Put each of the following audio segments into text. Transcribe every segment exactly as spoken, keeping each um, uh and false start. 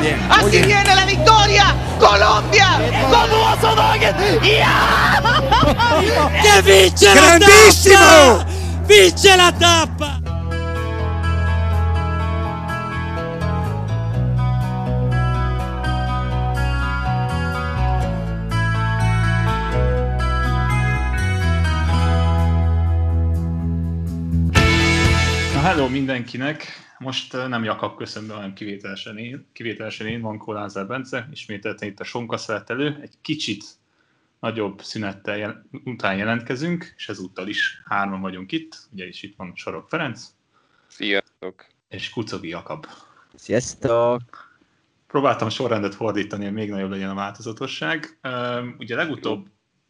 Aquí viene la victoria. Colombia. ¿Cómo sono? Yeah! Che vince Grandissimo! la tappa! Vince la tappa! Na, hello mindenkinek! Most nem Jakab köszön be, hanem kivételesen én, kivételesen én van Kolázár Bence, ismételten itt a Sonka szeletelő, egy kicsit nagyobb szünettel jel- után jelentkezünk, és ezúttal is hárman vagyunk itt, ugye is itt van Sorok Ferenc. Sziasztok! És Kucogi Jakab. Sziasztok! Próbáltam sorrendet fordítani, hogy még nagyobb legyen a változatosság. Uh, ugye legutóbb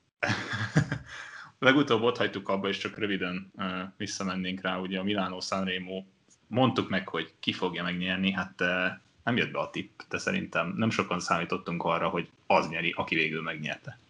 legutóbb ott hagytuk abba, és csak röviden uh, visszamennénk rá, ugye a Milano Sanremo, mondtuk meg, hogy ki fogja megnyerni, hát uh, nem jött be a tipp, de szerintem nem sokan számítottunk arra, hogy az nyeri, aki végül megnyerte.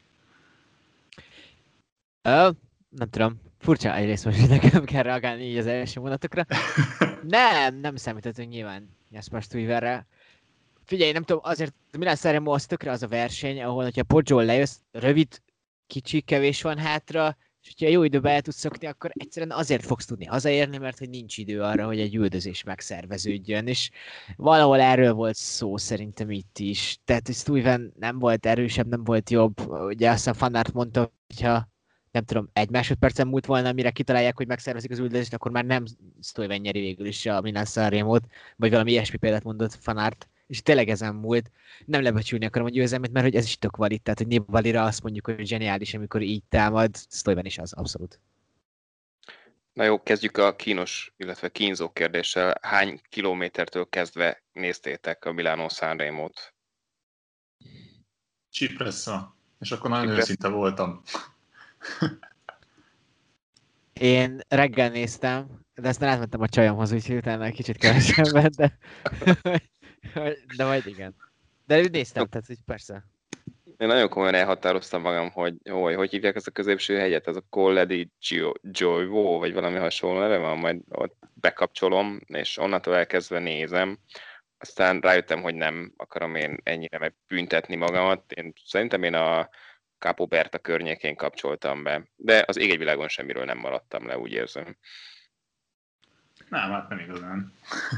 Ö, nem tudom, furcsa egyrészt most, hogy nekem kell reagálni így az első mondatokra. Nem, nem számítottunk nyilván Jasper Stuyverre. Figyelj, nem tudom, azért a Milano Sanremo az tökre az a verseny, ahol hogyha Poggio lejössz, rövid, kicsi, kevés van hátra, és hogyha jó időben el tudsz szokni, akkor egyszerűen azért fogsz tudni hazaérni, mert hogy nincs idő arra, hogy egy üldözés megszerveződjön, és valahol erről volt szó szerintem itt is. Tehát, hogy Stuyven nem volt erősebb, nem volt jobb. Ugye aztán Van Aert mondta, hogyha nem tudom, egy másodpercen múlt volna, mire kitalálják, hogy megszervezik az üldözést, akkor már nem Stuyven nyeri végül is a Milano Sanremót, vagy valami ilyesmi példát mondott Van Aert. És tényleg ezen múlt. Nem lebecsülni akarom a győzelmet, mert hogy ez is tök valid. Tehát, hogy Nibbalira azt mondjuk, hogy zseniális, amikor így támad, Stuyven is az, abszolút. Na jó, kezdjük a kínos, illetve kínzó kérdéssel. Hány kilométertől kezdve néztétek a Milano Sanremót? Cipressa. És akkor nagyon Cipressa. őszinte voltam. Én reggel néztem, de aztán átmentem a csajomhoz, úgyhogy utána egy kicsit kevesebben, de... de majd igen. De úgy néztem, tehát hogy persze. Én nagyon komolyan elhatároztam magam, hogy hogy, hogy hívják ezt a középső hegyet, ez a Colle di Giovo, vagy valami hasonló neve van, majd ott bekapcsolom, és onnantól elkezdve nézem. Aztán rájöttem, hogy nem akarom én ennyire megbüntetni magamat. Én, szerintem én a Capo Berta környékén kapcsoltam be, de az ég egy világon semmiről nem maradtam le, úgy érzem. Nem, hát nem igazán.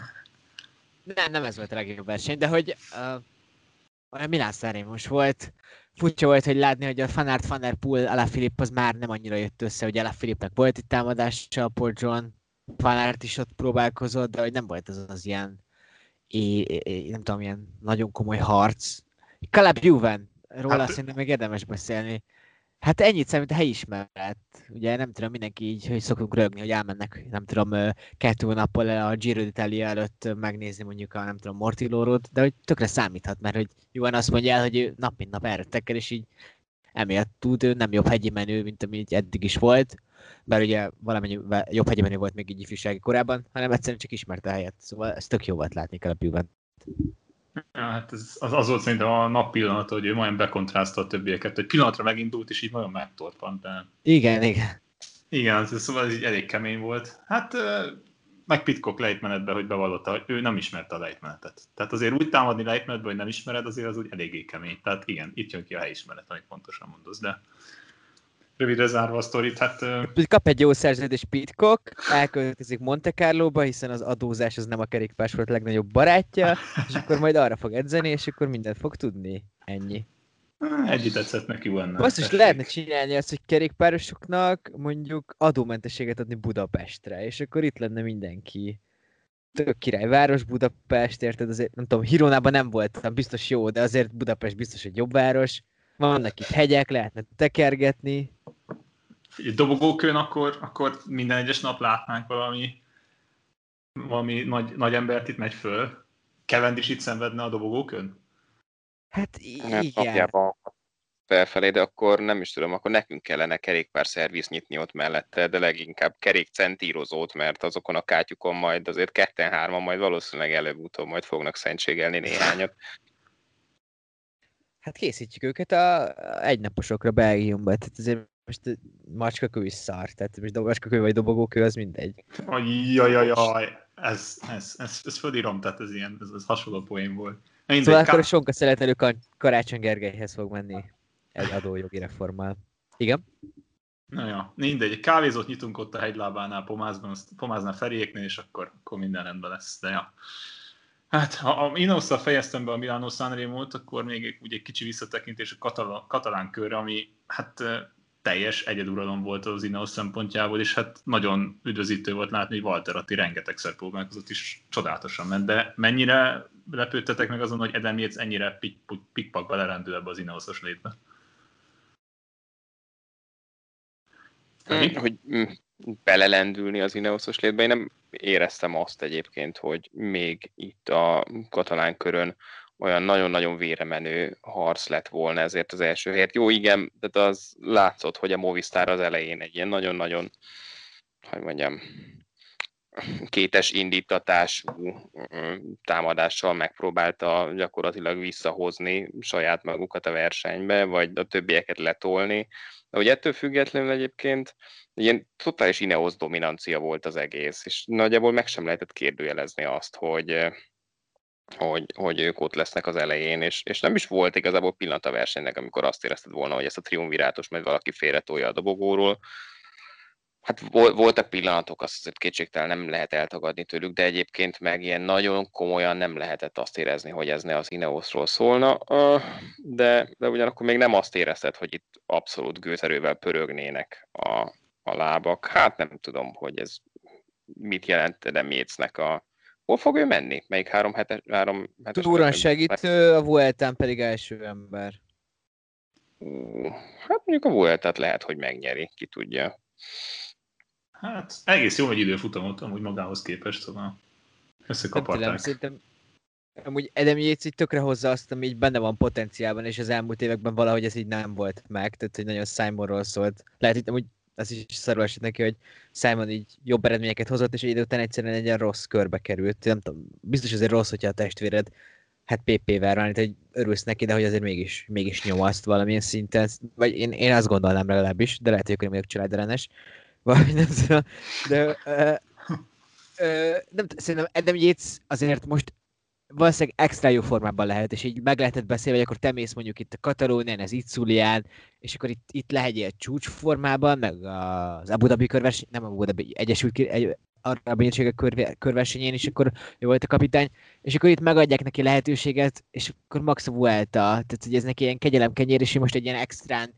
Nem, nem ez volt a legjobb verseny, de hogy uh, a Milano Sanremós volt. Furcsa volt, hogy látni, hogy a Van Aert, Van der Poel, Alaphilippe az már nem annyira jött össze, hogy Alaphilippe-nek volt itt támadása a Poggio-n, Van Aert is ott próbálkozott, de hogy nem volt az az ilyen, é, é, nem tudom, ilyen nagyon komoly harc. Calabrese-ben, róla hát, szerintem még érdemes beszélni. Hát ennyit számít a helyismeret. Ugye nem tudom, mindenki így, hogy szokunk rögni, hogy elmennek, nem tudom, kettő nappal a Giro d'Italia előtt megnézni mondjuk a, nem tudom, Mortillórót, de hogy tökre számíthat, mert hogy Johan azt mondja el, hogy ő nap mint nap erre teker, és így emiatt tud, ő nem jobb hegyi menő, mint ami így eddig is volt, bár ugye valamennyi jobb hegyi menő volt még így ifjúsági korában, hanem egyszerűen csak ismerte a helyet. Szóval ez tök jó volt látni kell a Püven. Ja, hát ez, az, az volt szerintem a nap pillanata, hogy ő majdnem bekontrázta a többieket, hogy pillanatra megindult, és így nagyon megtorpant. De... Igen, igen. Igen, szóval ez így elég kemény volt. Hát meg Pitcock lejtmenetben, hogy bevallotta, hogy ő nem ismerte a lejtmenetet. Tehát azért úgy támadni lejtmenetben, hogy nem ismered, azért az úgy eléggé kemény. Tehát igen, itt jön ki a helyismeret, amit pontosan mondasz, de rövidre zárva a sztorit, hát... Kap egy jó szerződés Pitcock, elköltözik Monte Carlóba, hiszen az adózás az nem a kerékpársport legnagyobb barátja, és akkor majd arra fog edzeni, és akkor mindent fog tudni. Ennyi. Együtt tetszett neki benne. Azt is lehetne csinálni azt, hogy kerékpárosoknak mondjuk adómentességet adni Budapestre, és akkor itt lenne mindenki. Tök királyváros Budapest, érted? Azért nem tudom, Hironában nem volt, biztos jó, de azért Budapest biztos egy jobb város. Vannak itt hegyek, lehetne tekergetni. Figyelj, dobogókön akkor, akkor minden egyes nap látnánk valami, valami nagy, nagy embert itt megy föl. Cavendish itt szenvedne a dobogókön? Hát Nem, igen. napjában felfelé, de akkor nem is tudom, akkor nekünk kellene kerékpárszervisz nyitni ott mellette, de leginkább kerékcentírozót, mert azokon a kátyukon majd azért ketten-hárman majd valószínűleg előbb-utóbb majd fognak szentségelni néhányat. Hát készítjük őket a, a egynaposokra Belgiumba, tehát azért most macskakő is szar, tehát most macskakő vagy dobogókő, az mindegy. Ajjajajaj, ez, ez, ez, ez fölírom, tehát ez ilyen, ez, ez hasonló poén volt. Mindegy, Szóval akkor a ká- Sonka szeretelő Karácsony Gergelyhez fog menni egy adójogi reformmal. Igen? Na ja, mindegy, egy kávézót nyitunk ott a hegylábánál, Pomázban, Pomáznál Feriéknél, és akkor, akkor minden rendben lesz. De ja. Hát, ha a Ineosszal fejeztem be a Milano Sanremót, akkor még ugye egy kicsi visszatekintés a katalán, katalán körre, ami hát teljes egyeduralom volt az Ineos szempontjából, és hát nagyon üdvözítő volt látni, hogy Walter Atti rengetegszer próbálkozott, is csodálatosan ment. De mennyire lepődtetek meg azon, hogy Adam Yates ennyire pikpakba lerendül ebbe az Ineosos létbe? Mm, hogy mm, belelendülni az Ineosos létbe. Én nem éreztem azt egyébként, hogy még itt a katalán körön olyan nagyon-nagyon véremenő harc lett volna ezért az első helyet. Jó, igen, de az látszott, hogy a Movistar az elején egy ilyen nagyon-nagyon, hogy mondjam, kétes indítatású támadással megpróbálta gyakorlatilag visszahozni saját magukat a versenybe, vagy a többieket letolni. De hogy ettől függetlenül egyébként ilyen totális Ineos dominancia volt az egész, és nagyjából meg sem lehetett kérdőjelezni azt, hogy, hogy, hogy ők ott lesznek az elején, és, és nem is volt igazából pillanat a versenynek, amikor azt érezted volna, hogy ezt a triumvirátus majd valaki félretolja a dobogóról. Hát voltak pillanatok, azt azért kétségtelen nem lehet eltagadni tőlük, de egyébként meg ilyen nagyon komolyan nem lehetett azt érezni, hogy ez ne az Ineosról szólna, de, de ugyanakkor még nem azt érezted, hogy itt abszolút gőzerővel pörögnének a, a lábak. Hát nem tudom, hogy ez mit jelent de Yatesnek a... Hol fog ő menni? Melyik három hetes? Három hetes Túron segítő, a Vueltán pedig első ember. Uh, hát mondjuk a Vueltát lehet, hogy megnyeri, ki tudja. Hát egész jó egy időfutamot amúgy magához képest, szóval összekaparták. Szerintem amúgy Adam Yates így tökre hozza azt, ami így benne van potenciálban, és az elmúlt években valahogy ez így nem volt meg, tehát hogy nagyon Simonról szólt. Lehet, hogy amúgy az is szarul esett neki, hogy Simon így jobb eredményeket hozott, és egy idő után egyszerűen egy ilyen rossz körbe került. Nem tudom, biztos azért rossz, hogyha a testvéred hát pé pé-vel van, hogy örülsz neki, de hogy azért mégis, mégis nyomaszt valamilyen szinten. Vagy én, én azt gondolnám legalábbis, de lehet, hogy akkor nem vagyok családellenes. Vagy nem tudom, de ö, ö, nem, szerintem Adam Yates azért most valószínűleg extra jó formában lehet, és így meg lehetett beszélni, hogy akkor te mész mondjuk itt a Katalónián, az Itzulián, és akkor itt, itt lehegyél csúcsformában, meg az Abu Dhabi körverseny, nem Abu Dhabi, Egyesült egy, Arab Emírségek körve, körversenyén is, akkor ő volt a kapitány, és akkor itt megadják neki lehetőséget, és akkor max a Vuelta, tehát hogy ez neki ilyen kegyelemkenyér, és most egy ilyen extrán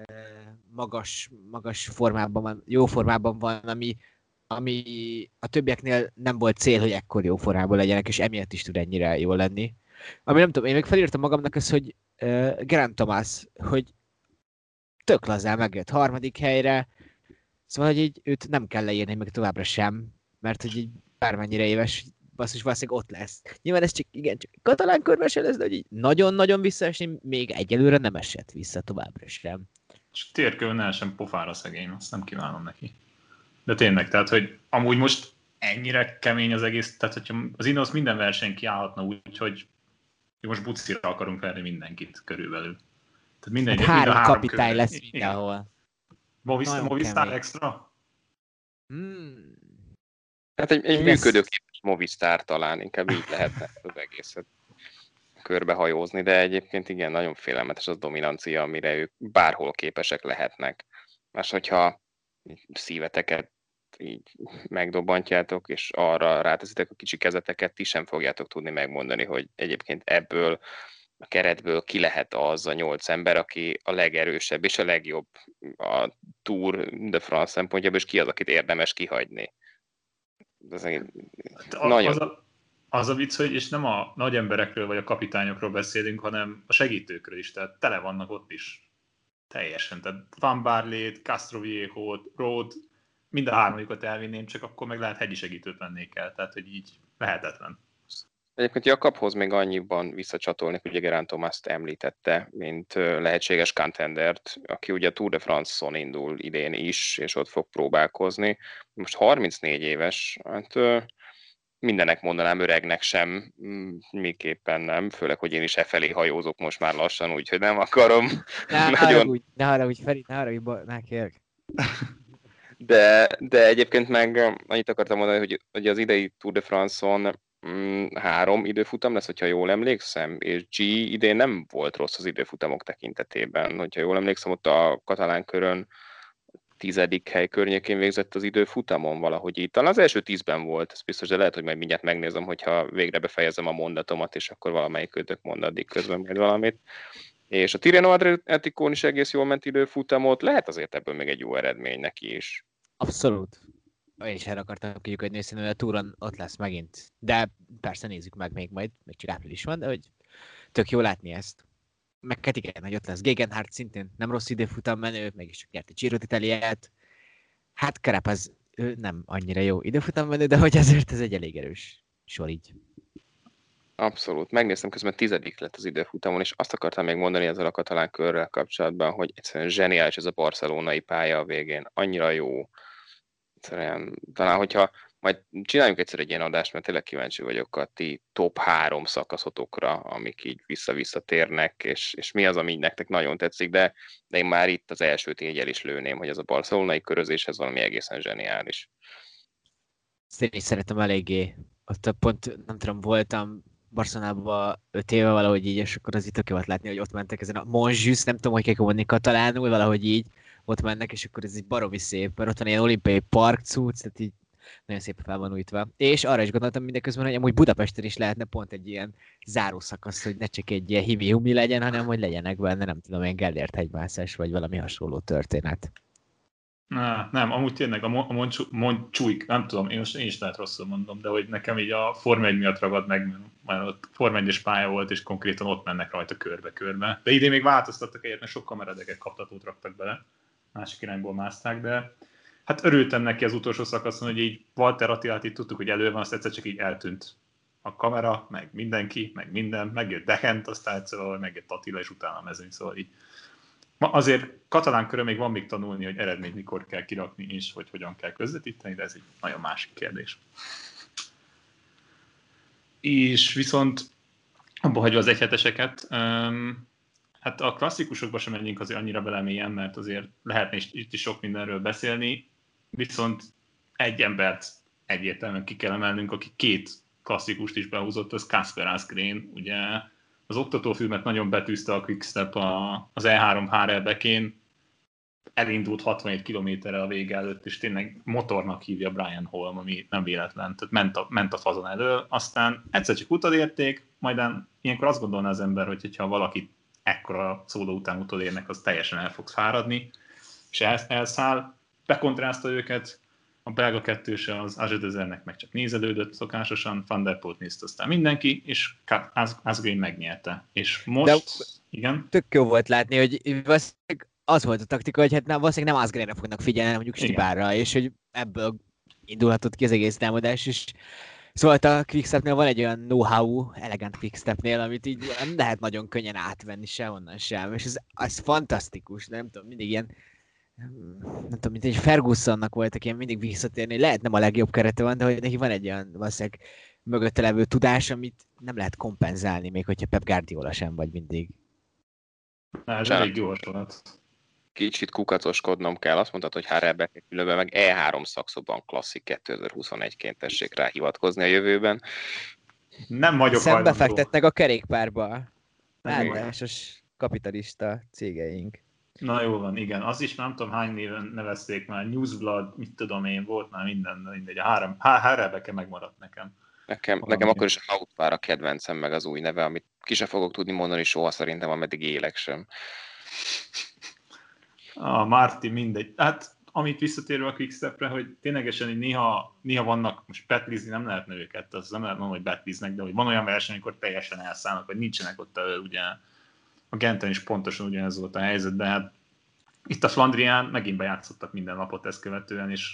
magas, magas formában van, jó formában van, ami, ami a többieknél nem volt cél, hogy ekkor jó formában legyenek, és emiatt is tud ennyire jól lenni. Ami nem tudom, én még felírtam magamnak azt, hogy uh, Geraint Thomas, hogy tök lazán megjött harmadik helyre, szóval, hogy így őt nem kell leírni meg továbbra sem, mert hogy így bármennyire éves, basszus, valószínűleg ott lesz. Nyilván ez csak, igen, csak katalán körverseny lesz, de hogy így nagyon-nagyon visszaesni, még egyelőre nem esett vissza továbbra sem. És térkövön el sem pofára szegény, azt nem kívánom neki. De tényleg, tehát, hogy amúgy most ennyire kemény az egész, tehát hogyha az Ineos minden verseny kiállhatna úgy, hogy most bucira akarunk verni mindenkit körülbelül. Tehát minden, hát három, három kapitány körül. lesz mindenhol. Movistar, Movistar Extra? Hmm. Hát egy, egy működőképes Movistar talán, inkább így lehetne az egészet körbehajózni, de egyébként igen, nagyon félelmetes az dominancia, amire ők bárhol képesek lehetnek. Más, hogyha szíveteket így megdobbantjátok, és arra ráteszitek a kicsi kezeteket, ti sem fogjátok tudni megmondani, hogy egyébként ebből a keretből ki lehet az a nyolc ember, aki a legerősebb és a legjobb a Tour de France szempontjából, és ki az, akit érdemes kihagyni. Ez egy a, nagyon... az, a, az a vicc, hogy és nem a nagy emberekről vagy a kapitányokról beszélünk, hanem a segítőkről is, tehát tele vannak ott is. Teljesen. Tehát Van Barlét, Castroviejo-t, Road, mind a hármadikat elvinném, csak akkor meg lehet hegyi segítőt vennék el. Tehát, hogy így lehetetlen. Egyébként Jakabhoz még annyiban visszacsatolnék, ugye Geraint Thomas-t említette, mint lehetséges contendert, aki ugye a Tour de France-on indul idén is, és ott fog próbálkozni. Most harmincnégy éves, hát mindenek mondanám, öregnek sem, miképpen nem, főleg, hogy én is e felé hajózok most már lassan, úgyhogy nem akarom. Ne nagyon... haragudj, ne haragudj, Feri, ne haragudj, ne kérlek. De, de egyébként meg annyit akartam mondani, hogy, hogy az idei Tour de France-on mm, három időfutam lesz, hogyha jól emlékszem, és G idén nem volt rossz az időfutamok tekintetében. Hogyha jól emlékszem, ott a katalán körön tizedik hely környékén végzett az időfutamon valahogy így. Talán az első tízben volt, ez biztos, de lehet, hogy majd mindjárt megnézem, hogyha végre befejezem a mondatomat, és akkor valamelyik kötök mond addig közben majd valamit. És a Tirreno Adriaticón is egész jól ment időfutamot, lehet azért ebből még egy jó eredmény neki is. Abszolút. Én is erre akartam kiukadni, hiszen a túron ott lesz megint. De persze nézzük meg még majd, még csak április van, de hogy tök jó látni ezt. Meg Ketiken, hogy ott lesz. Gegenhardt szintén nem rossz időfutam menő, mégis csak nyert egy Giro d'Italiát. Hát Carapaz ő nem annyira jó időfutam menő, de hogy azért ez egy elég erős sor így. Abszolút. Megnéztem, közben tizedik lett az időfutamon, és azt akartam még mondani ezzel a katalán körrel kapcsolatban, hogy egyszerűen zseniális ez a barcelonai pálya a végén. Annyira jó. Egyszerűen, talán, hogyha majd csináljunk egyszer egy ilyen adást, mert tényleg kíváncsi vagyok a ti top három szakaszotokra, amik így vissza-vissza térnek, és, és mi az, ami így nektek nagyon tetszik, de, de én már itt az elsőt így el is lőném, hogy ez a barcelonai körözéshez valami egészen zseniális. Ezt én is szeretem eléggé. Ott pont, nem tudom, voltam Barcelonában öt éve valahogy így, és akkor az itt tök jó volt látni, hogy ott mentek ezen a Montjuice, nem tudom, hogy kell mondani katalánul, valahogy így ott mennek, és akkor ez egy baromi szép, mert ott van ilyen olimpiai park cucc, tehát így nagyon szépen fel van újítva. És arra is gondoltam mindeközben, hogy amúgy Budapesten is lehetne pont egy ilyen zárószakasz, hogy ne csak egy ilyen himi-humi legyen, hanem hogy legyenek benne, nem tudom, ilyen Gellért hegymászás, vagy valami hasonló történet. Na, nem, amúgy tényleg a Montjuic, nem tudom, én, most, én is lehet rosszul mondom, de hogy nekem így a Forma egy miatt ragad meg, mert ott Forma egyes pálya volt, és konkrétan ott mennek rajta körbe-körbe. De idén még változtattak egyet, mert sokkal meredeket kaptatót raktak bele, másik irányból mászták, de hát örültem neki az utolsó szakaszon, hogy így Walter Attilát így tudtuk, hogy elő van, azt egyszer csak így eltűnt a kamera, meg mindenki, meg minden, megjött Dehent, aztán egyszer valahogy megjött Attila, és utána a mezőny, szóval így. Ma azért katalán körül még van még tanulni, hogy eredményt mikor kell kirakni, és hogy hogyan kell közvetíteni, de ez egy nagyon másik kérdés. És viszont abba hagyva az egyheteseket, um, hát a klasszikusokba sem menjünk azért annyira belemélyen, mert azért lehetne is, itt is sok mindenről beszélni, viszont egy embert egyértelműen ki kell emelnünk, aki két klasszikust is behúzott, az Kasper Asgreen, ugye az oktatófilmet nagyon betűzte a Quickstep az E három Harelbekén, elindult hatvanhét kilométerrel a vége előtt, és tényleg motornak hívja Brian Holm, ami nem véletlen, tehát ment a, ment a fazon elől, aztán egyszer csak utolérték, majd ilyenkor azt gondolná az ember, hogy ha valaki ekkora szóló után utolérnek, az teljesen el fog fáradni, és el, elszáll, bekontrázta őket, a belga kettőse az Azsedezernek meg csak nézelődött szokásosan, Van der Poel nézte aztán mindenki, és Asgreen megnyerte. És most, de igen? Tök jó volt látni, hogy valószínűleg az volt a taktika, hogy hát nem, valószínűleg nem Asgreenre fognak figyelni, mondjuk Stibárra, és hogy ebből indulhatott ki az egész támadás, és szóval a Quickstepnél van egy olyan know-how, elegant Quickstepnél, amit így nem lehet nagyon könnyen átvenni sehonnan sem, és ez, ez fantasztikus, nem tudom, mindig ilyen nem tudom, mint egy Fergusonnak voltak ilyen mindig visszatérni, lehet nem a legjobb kerete van, de hogy neki van egy olyan valószínűleg mögötte levő tudás, amit nem lehet kompenzálni, még hogyha Pep Guardiola sem vagy mindig. Ez elég jó hasonlat. Kicsit kukacoskodnom kell, azt mondtad, hogy Harelbeke különben meg E három szakszóban klasszik kétezer-huszonegyként tessék rá hivatkozni a jövőben. Nem vagyok Szembe fektetnek a kerékpárba. Áldásos kapitalista cégeink. Na jó van, igen. Az is nem tudom hány néven nevezték már. Newsblad, mit tudom én, volt már minden, mindegy. A három, Harelbeke megmaradt nekem. Nekem, nekem akkor is a Hautpár a kedvencem, meg az új neve, amit ki sem fogok tudni mondani soha szerintem, ameddig élek sem. A Marti mindegy. Hát, amit visszatérve a Quickstepre, hogy ténylegesen így néha, néha vannak, most betlizni nem lehetne őket, az nem lehet mondani, hogy betliznek, de hogy van olyan verseny, amikor teljesen elszállnak, vagy nincsenek ott elő, ugye a Genten is pontosan ugyanez volt a helyzet, de hát itt a Flandrián megint bejátszottak minden napot ezt követően, és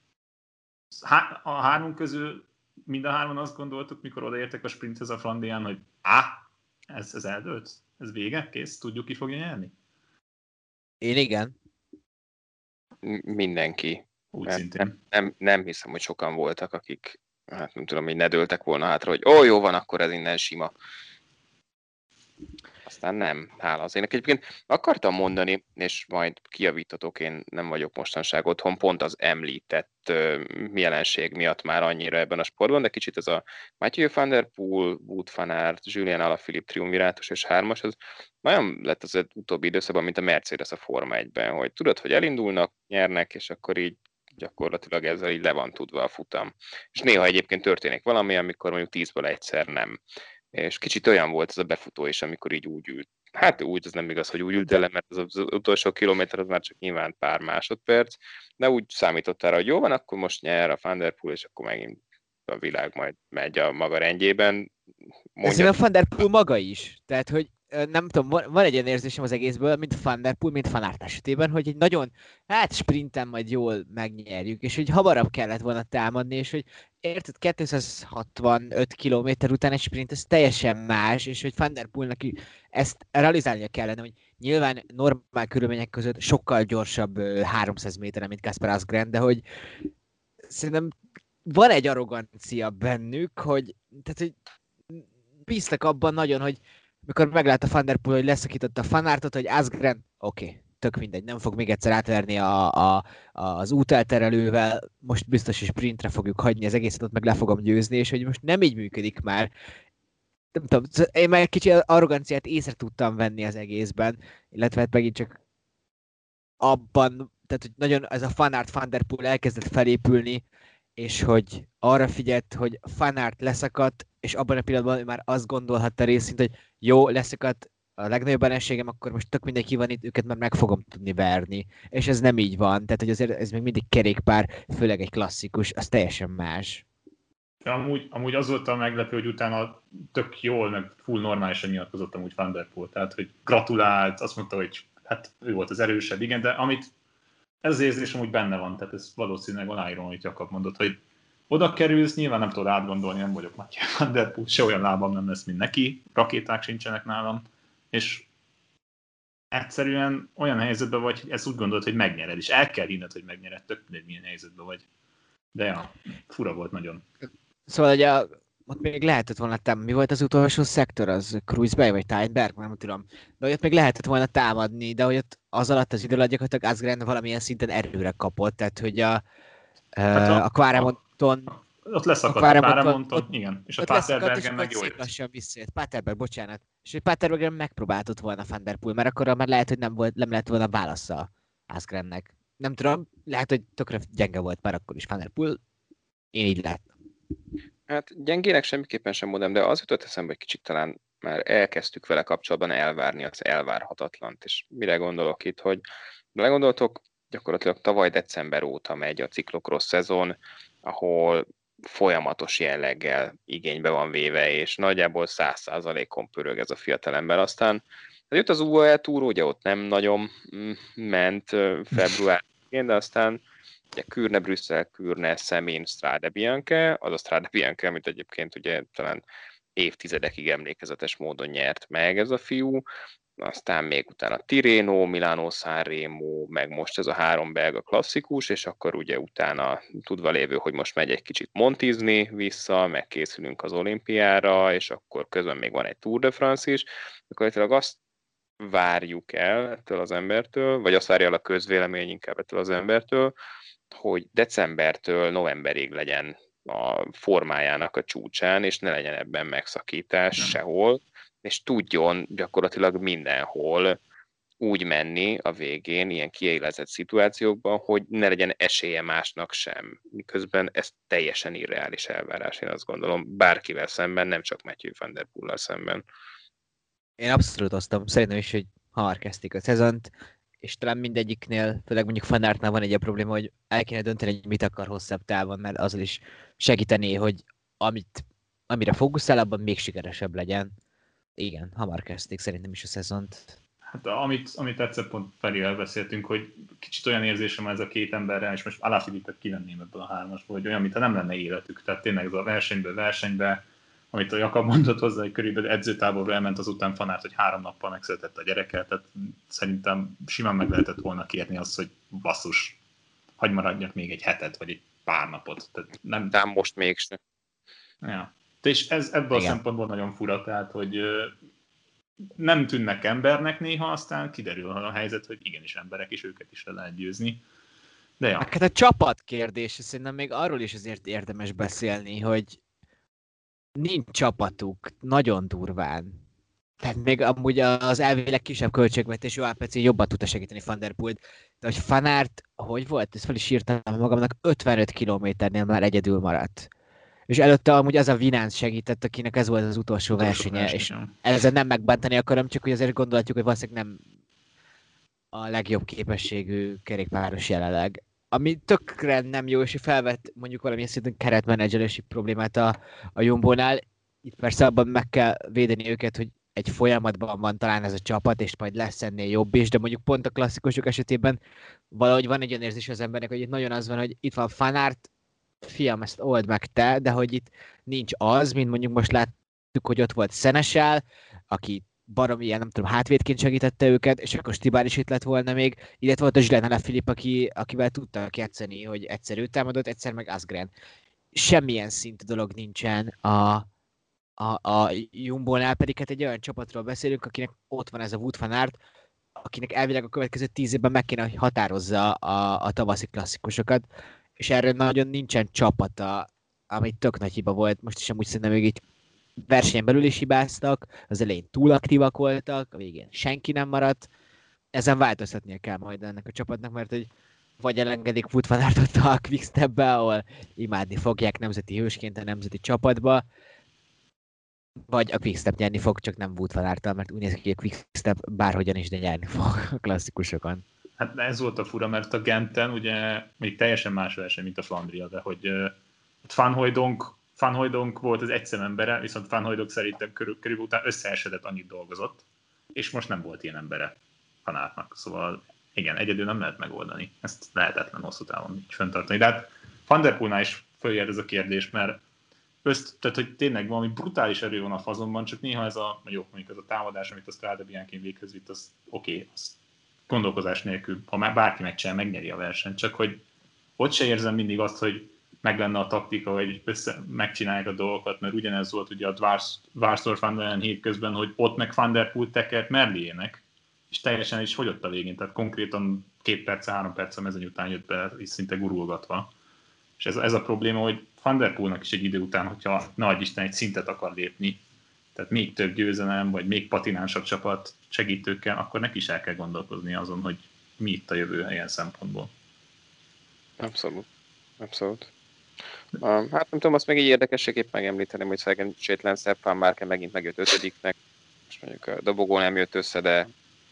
a három közül mind a hárman azt gondoltuk, mikor odaértek a sprinthez a Flandrián, hogy á, ez, ez eldőlt, ez vége, kész, tudjuk ki fogja nyerni? Én igen. Mindenki. Úgy nem, szintén. Nem, nem, nem hiszem, hogy sokan voltak, akik, hát nem tudom, hogy ne dőltek volna hátra, hogy ó, jó van, akkor ez innen sima. aztán nem, hála az ének. Egyébként akartam mondani, és majd kijavítatok, én nem vagyok mostanság otthon, pont az említett uh, jelenség miatt már annyira ebben a sportban, de kicsit ez a Mathieu van der Poel, Wout van Aert, Julian Alaphilippe triumvirátus és hármas, az nagyon lett az utóbbi időszakban, mint a Mercedes a Forma egyben, hogy tudod, hogy elindulnak, nyernek, és akkor így gyakorlatilag ezzel így le van tudva a futam. És néha egyébként történik valami, amikor mondjuk tízből egyszer nem. És kicsit olyan volt ez a befutó is, amikor így úgy ült. Hát úgy, az nem igaz, hogy úgy ült el, mert az, az utolsó kilométer az már csak nyilván pár másodperc, de úgy számított arra, hogy jó van, akkor most nyer a Van der Poel, és akkor megint a világ majd megy a maga rendjében. Mondja... Ez a Van der Poel maga is. Tehát, hogy nem tudom, van egy olyan érzésem az egészből, mint Van der Poel, mint Van Aert esetében, hogy egy nagyon, hát sprinten majd jól megnyerjük, és hogy hamarabb kellett volna támadni, és hogy érted, kétszázhatvanöt kilométer után egy sprint, ez teljesen más, és hogy Van der Poelnak ezt realizálnia kellene, hogy nyilván normál körülmények között sokkal gyorsabb háromszáz méteren, mint Kasper Asgreen, de hogy szerintem van egy arrogancia bennük, hogy, tehát, hogy bíztak abban nagyon, hogy mikor meglátta Van der Poel, hogy leszakította a Van Aertot, hogy Asgreen, oké, okay, tök mindegy, nem fog még egyszer átverni a, a, az útelterelővel, most biztos, hogy sprintre fogjuk hagyni az egészet, ott meg le fogom győzni, és hogy most nem így működik már. Nem tudom, én már egy kicsi arroganciát észre tudtam venni az egészben, illetve hát megint csak abban, tehát hogy nagyon ez a Van Aert Van der Poel elkezdett felépülni, és hogy arra figyelt, hogy Van Aert leszakadt, és abban a pillanatban már azt gondolhatta részint, hogy jó, leszakadt a legnagyobb ellenségem, akkor most tök mindenki van itt, őket már meg fogom tudni verni. És ez nem így van, tehát hogy azért ez még mindig kerékpár, főleg egy klasszikus, az teljesen más. Ja, amúgy, amúgy az volt a meglepő, hogy utána tök jól, meg full normálisan nyilatkozott amúgy Van der Poel, tehát hogy gratulált, azt mondta, hogy hát ő volt az erősebb, igen, de amit ez az érzés amúgy benne van, tehát ez valószínűleg aláírom, amit Jakab mondott, hogy oda kerülsz, nyilván nem tudod átgondolni, nem vagyok Mathieu van der Poel, se olyan lábam nem lesz, mint neki, rakéták sincsenek nálam, és egyszerűen olyan helyzetben vagy, hogy ezt úgy gondolod, hogy megnyered, és el kell hinned, hogy megnyered, tök mindegy, milyen helyzetben vagy. De ja, fura volt nagyon. Szóval ugye ott még lehetett volna támadni. Mi volt az utolsó szektor? Az Kruisberg vagy Teinberg? Nem tudom. De hogy ott még lehetett volna támadni, de hogy ott az alatt az idő alatt gyakorlatilag Asgreen valamilyen szinten erőre kapott. Tehát, hogy a, hát a, a Quaremonton... Ott leszakadt a Quaremonton, igen. És a Paterbergen meg jó jött. Lassan visszajött. Paterberg, bocsánat. És hogy Paterbergen megpróbáltott volna Van der Poel, mert akkor már lehet, hogy nem, volt, nem lett volna válasza Asgreennek. Nem tudom, lehet, hogy tökre gyenge volt már akkor is Van der Poel. Én így láttam. Hát gyengének semmiképpen sem mondom, de az jutott eszembe, hogy kicsit talán már elkezdtük vele kapcsolatban elvárni az elvárhatatlant. És mire gondolok itt, hogy belegondoltok, gyakorlatilag tavaly december óta megy a ciklokross szezon, ahol folyamatos jelleggel igénybe van véve, és nagyjából száz százalékon pörög ez a fiatalember. Aztán jött az u á e Tour, ugye ott nem nagyon ment februárban, de aztán ugye Kürne, Brüsszel, Kürne, Szemén, Strade Bianche, az a Strade Bianche, amit egyébként ugye talán évtizedekig emlékezetes módon nyert meg ez a fiú, aztán még utána Tirreno, Milano Sanremo, meg most ez a három belga klasszikus, és akkor ugye utána tudva lévő, hogy most megy egy kicsit montizni vissza, megkészülünk az olimpiára, és akkor közben még van egy Tour de France is, akkor azt várjuk el ettől az embertől, vagy azt várja el a közvélemény inkább ettől az embertől, hogy decembertől novemberig legyen a formájának a csúcsán, és ne legyen ebben megszakítás nem. sehol, és tudjon gyakorlatilag mindenhol úgy menni a végén, ilyen kiélezett szituációkban, hogy ne legyen esélye másnak sem. Miközben ez teljesen irreális elvárás, én azt gondolom, bárkivel szemben, nem csak Mathieu van der Poellal szemben. Én abszolút osztom. Szerintem is, hogy hamar kezdték a szezont, és talán mindegyiknél, főleg mondjuk Van Aertnál van egy a probléma, hogy el kéne dönteni, hogy mit akar hosszabb távon, mert azzal is segítené, hogy amit, amire fókuszál, abban még sikeresebb legyen. Igen, hamar kezdték szerintem is a szezont. Hát amit, amit egyszer pont Ferivel beszéltünk, hogy kicsit olyan érzésem ez a két emberrel, és most Alaphilippet kivenném ebből a hármasból, hogy olyan, mintha nem lenne életük. Tehát tényleg ez a versenyből versenybe, amit a Jakab mondott hozzá, hogy körülbelül edzőtáborba elment azután Van Aert, hogy három nappal megszületett a gyereke, tehát szerintem simán meg lehetett volna kérni azt, hogy basszus, hagyj maradjak még egy hetet, vagy egy pár napot. Tehát nem... De most mégsem. Ja. És ez ebből Igen. a szempontból nagyon fura, tehát, hogy nem tűnnek embernek néha, aztán kiderül a helyzet, hogy igenis emberek, és őket is le lehet győzni. De ja. Hát a csapat kérdés, szerintem még arról is azért érdemes beszélni, hogy nincs csapatuk, nagyon durván. Tehát még amúgy az elvileg kisebb költségvetésű á pé cé jobban tudta segíteni Van der Poelt, de hogy Van Aert, hogy volt? Ezt fel is írtam magamnak, ötvenöt kilométernél már egyedül maradt. És előtte amúgy az a Vinánc segített, akinek ez volt az utolsó versenye, és ezzel nem megbántani akarom, csak hogy azért gondolhatjuk, hogy valószínűleg nem a legjobb képességű kerékpáros jelenleg. Ami tökre nem jó, és felvett mondjuk valamilyen szinten keretmenedzselési problémát a, a Jumbo-nál. Itt persze abban meg kell védeni őket, hogy egy folyamatban van talán ez a csapat, és majd lesz ennél jobb is, de mondjuk pont a klasszikusok esetében valahogy van egy olyan érzés az embernek, hogy itt nagyon az van, hogy itt van Van Aert, fiam, ezt old meg te, de hogy itt nincs az, mint mondjuk most láttuk, hogy ott volt Seneschal, aki baromi ilyen, nem tudom, hátvédként segítette őket, és akkor Stibár is itt lett volna még, illetve volt a Julian Alaphilippe, aki, akivel tudtak játszani, hogy egyszer ő támadott, egyszer meg Asgreen. Semmilyen szintű dolog nincsen a, a, a Jumbo-nál, pedig hát egy olyan csapatról beszélünk, akinek ott van ez a Wout van Aert, akinek elvileg a következő tíz évben meg kéne, hogy határozza a, a tavaszi klasszikusokat, és erre nagyon nincsen csapata, ami tök nagy hiba volt. Most is amúgy szerintem még így versenyen belül is hibáztak, az elején túl aktívak voltak, a végén senki nem maradt. Ezen változtatnia kell majd ennek a csapatnak, mert hogy vagy elengedik Wout van Aertot a Quickstepbe, ahol imádni fogják nemzeti hősként a nemzeti csapatba, vagy a Quickstep nyerni fog, csak nem Wout van Aerttal, mert úgy néz ki, hogy a Quickstep bárhogyan is, de nyerni fog a klasszikusokon. Hát ez volt a fura, mert a Genten ugye még teljesen más verseny, mint a Flandria, de hogy uh, Van Hooijdonk, Van Hooijdonk volt az egyszem embere, viszont Van Hooijdonk szerintem körül, körülbelül után összeesedett, annyit dolgozott, és most nem volt ilyen embere Van Aertnak. Szóval igen, egyedül nem lehet megoldani. Ezt lehetetlen hosszú távon így fenntartani. De hát Van der Poelnál is följön ez a kérdés, mert öszt, tehát, hogy tényleg valami brutális erő van a fazonban, csak néha ez a, jó, mondjuk az a támadás, amit a Strade Bianchén véghez vitt, az oké, okay, az gondolkozás nélkül, ha már bárki megcsinál, megnyeri a versenyt, csak hogy ott se érzem mindig azt, hogy meg lenne a taktika, hogy össze, megcsinálják a dolgokat, mert ugyanez volt ugye a Dvarsdorf-Andelen hét közben, hogy ott meg Van der Poel tekert melléjének, és teljesen is fogyott a végén, tehát konkrétan két perc, három perc a mezőny után jött be, és szinte gurulgatva. És ez, ez a probléma, hogy Van der Poelnak is egy idő után, hogyha nagy Isten egy szintet akar lépni, tehát még több győzelem, vagy még patinánsabb csapat segítőkkel, akkor neki is el kell gondolkozni azon, hogy mi itt a jövő ilyen szempontból. Abszolút. Abszolút. Uh, hát nem tudom, azt még így érdekességképp megemlíteném, hogy szerencsétlen Sepp Van Marken megint megjött ötödiknek, és mondjuk a dobogó nem jött össze, de...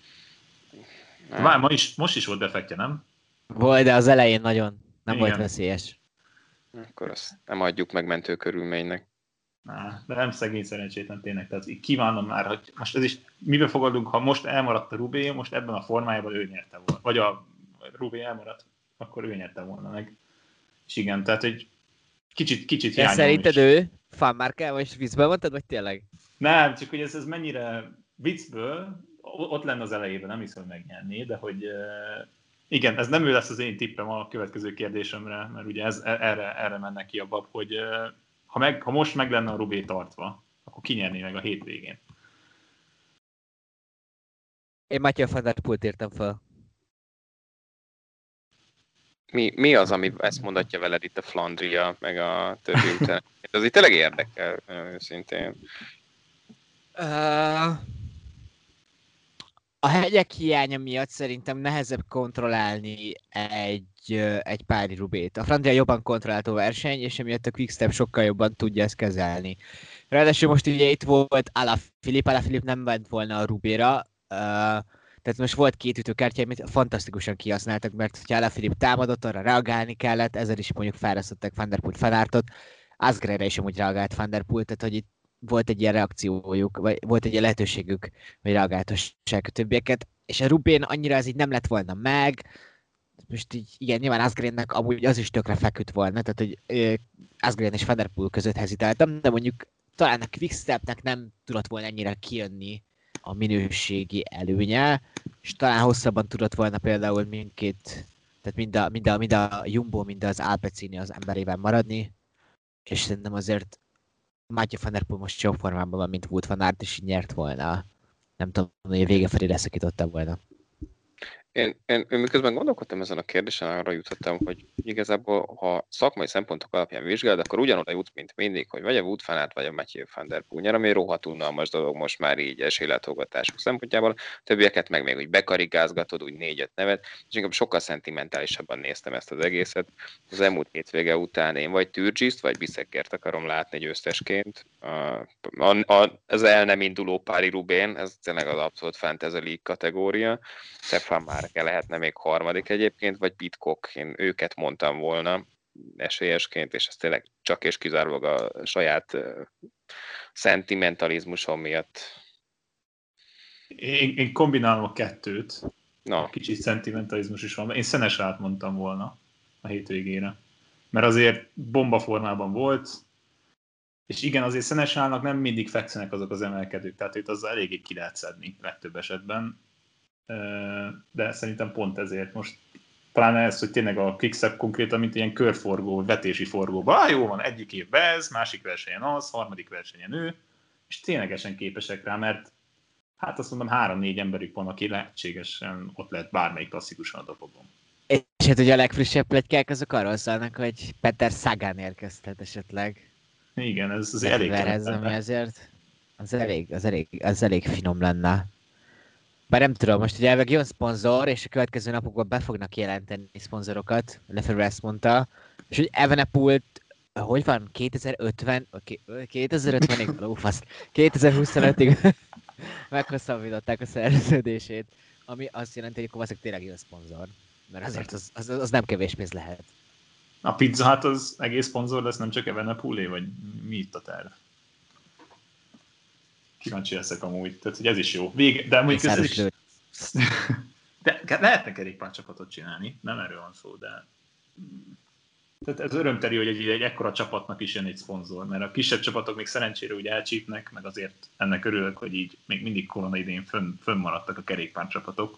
Vár, ma is, most is volt defektje, nem? Volt, de az elején nagyon nem Igen. volt veszélyes. Akkor azt nem adjuk meg mentő körülménynek. Ná, de nem szegény szerencsétlen tényleg, tehát így kívánom már, hogy most ez is, mibe fogadunk, ha most elmaradt a Rubé, most ebben a formájában ő nyerte volna, vagy a Rubé elmaradt, akkor ő nyerte volna meg. És igen, tehát egy kicsit, kicsit De hiányolom szerinted is. ő Van Marken, vagy viccből mondtad, vagy tényleg? Nem, csak hogy ez, ez mennyire viccből, ott lenne az elejében, nem hiszem, hogy megnyerné, de hogy uh, igen, ez nem ő lesz az én tippem a következő kérdésemre, mert ugye ez, erre, erre mennek ki a bab, hogy uh, ha, meg, ha most meg lenne a Rubé tartva, akkor kinyerné meg a hétvégén. Én Mathieu van der Poelt írtam fel. Mi, mi az, ami ezt mondatja veled itt a Flandria, meg a többi után? Ez itt tényleg érdekel, őszintén. Uh, a hegyek hiánya miatt szerintem nehezebb kontrollálni egy, egy pári Rubét. A Flandria jobban kontrollálható verseny, és emiatt a Quickstep sokkal jobban tudja ezt kezelni. Ráadásul most ugye itt volt Alaphilippe, Alaphilippe nem ment volna a Rubéra, uh, tehát most volt két ütőkártya, amit fantasztikusan kihasználtak, mert ha Alaphilippe támadott, arra reagálni kellett, ezzel is mondjuk fárasztották Van der Poel Van Aertot, Asgreenre is amúgy reagált Van der Poel, tehát hogy itt volt egy ilyen reakciójuk, vagy volt egy ilyen lehetőségük, hogy reagáltassák a többieket, és a Rubén annyira ez így nem lett volna meg, most így, igen, nyilván Asgreennek amúgy az is tökre feküdt volna, tehát hogy uh, Asgreen és Van der Poel között hezitáltam, de mondjuk talán a Quickstepnek nem tudott volna ennyire kijönni a minőségi előnye, és talán hosszabban tudott volna például mindkét, tehát mind a, mind a, mind a Jumbo, mind az Alpecin az emberében maradni, és szerintem azért Mathieu van der Poel most jobb formában van, mint Wout van Aert, és így nyert volna nem tudom, hogy a vége felé leszakítottam volna. Én, én, én miközben gondolkodtam ezen a kérdésen, arra jutottam, hogy igazából, ha szakmai szempontok alapján vizsgálod, akkor ugyanoda jut, mint mindig, hogy vagy a Wout van Aert, vagy a Mathieu van der Poel nyer, ami rohadt unalmas dolog most már így esélylátogatások szempontjából. Többieket meg még úgy bekarigázgatod, úgy négy-öt nevet, és inkább sokkal szentimentálisabban néztem ezt az egészet. Az elmúlt hétvége után én vagy Türgiszt, vagy Bisseckert akarom látni győztesként. A, a, a, az el nem induló Paris-Roubaix, ez tényleg az abszolút Fantasy League kategória. Stefan Márke lehetne még harmadik egyébként, vagy Pidcock, én őket mondtam volna esélyesként, és ez tényleg csak és kizárólag a saját uh, szentimentalizmusom miatt. Én, én kombinálom a kettőt. No. Kicsit szentimentalizmus is van. Én Szenesát mondtam volna a hétvégére. Mert azért bomba formában volt, és igen, azért Szenesának nem mindig fekszenek azok az emelkedők, tehát itt azzal eléggé ki lehet szedni legtöbb esetben. De szerintem pont ezért most pláne ez, hogy tényleg a Quickstep konkrétan, mint ilyen körforgó, vagy vetési forgóban, ah, jó van, egyik évben ez, másik versenyen az, harmadik versenyen ő, és ténylegesen képesek rá, mert hát azt mondom, három-négy emberük van, aki lehetségesen ott lehet bármelyik klasszikusan a dobogon. És hát ugye a legfrissebb pletykák azok arról szólnak, hogy Peter Sagan érkeztet esetleg. Igen, ez azért elég ez, ami azért az elég, az, elég, az elég finom lenne. Bár nem tudom, most ugye elveg jön szponzor, és a következő napokban be fognak jelenteni szponzorokat, Lefebvre ezt mondta, és hogy Evenepoel, hogy van, kétezer-ötven, kétezer-ötvenig, lófasz, kétezer-huszonötig meghosszabbították a szerződését, ami azt jelenti, hogy akkor valószínűleg tényleg jön szponzor, mert azért az, az, az nem kevés pénz lehet. A Pizza hát az egész szponzor lesz, nem csak Evenepoelé, vagy mi itt a terv? Kíváncsi leszek amúgy, tehát hogy ez is jó. Vége, de amúgy ez is... De lehetne kerékpárcsapatot csinálni, nem erről van szó, de... Tehát ez örömteli, hogy egy, egy ekkora csapatnak is jön egy szponzor, mert a kisebb csapatok még szerencsére úgy elcsípnek, meg azért ennek örülök, hogy így még mindig korona idején fönn, fönnmaradtak a kerékpárcsapatok.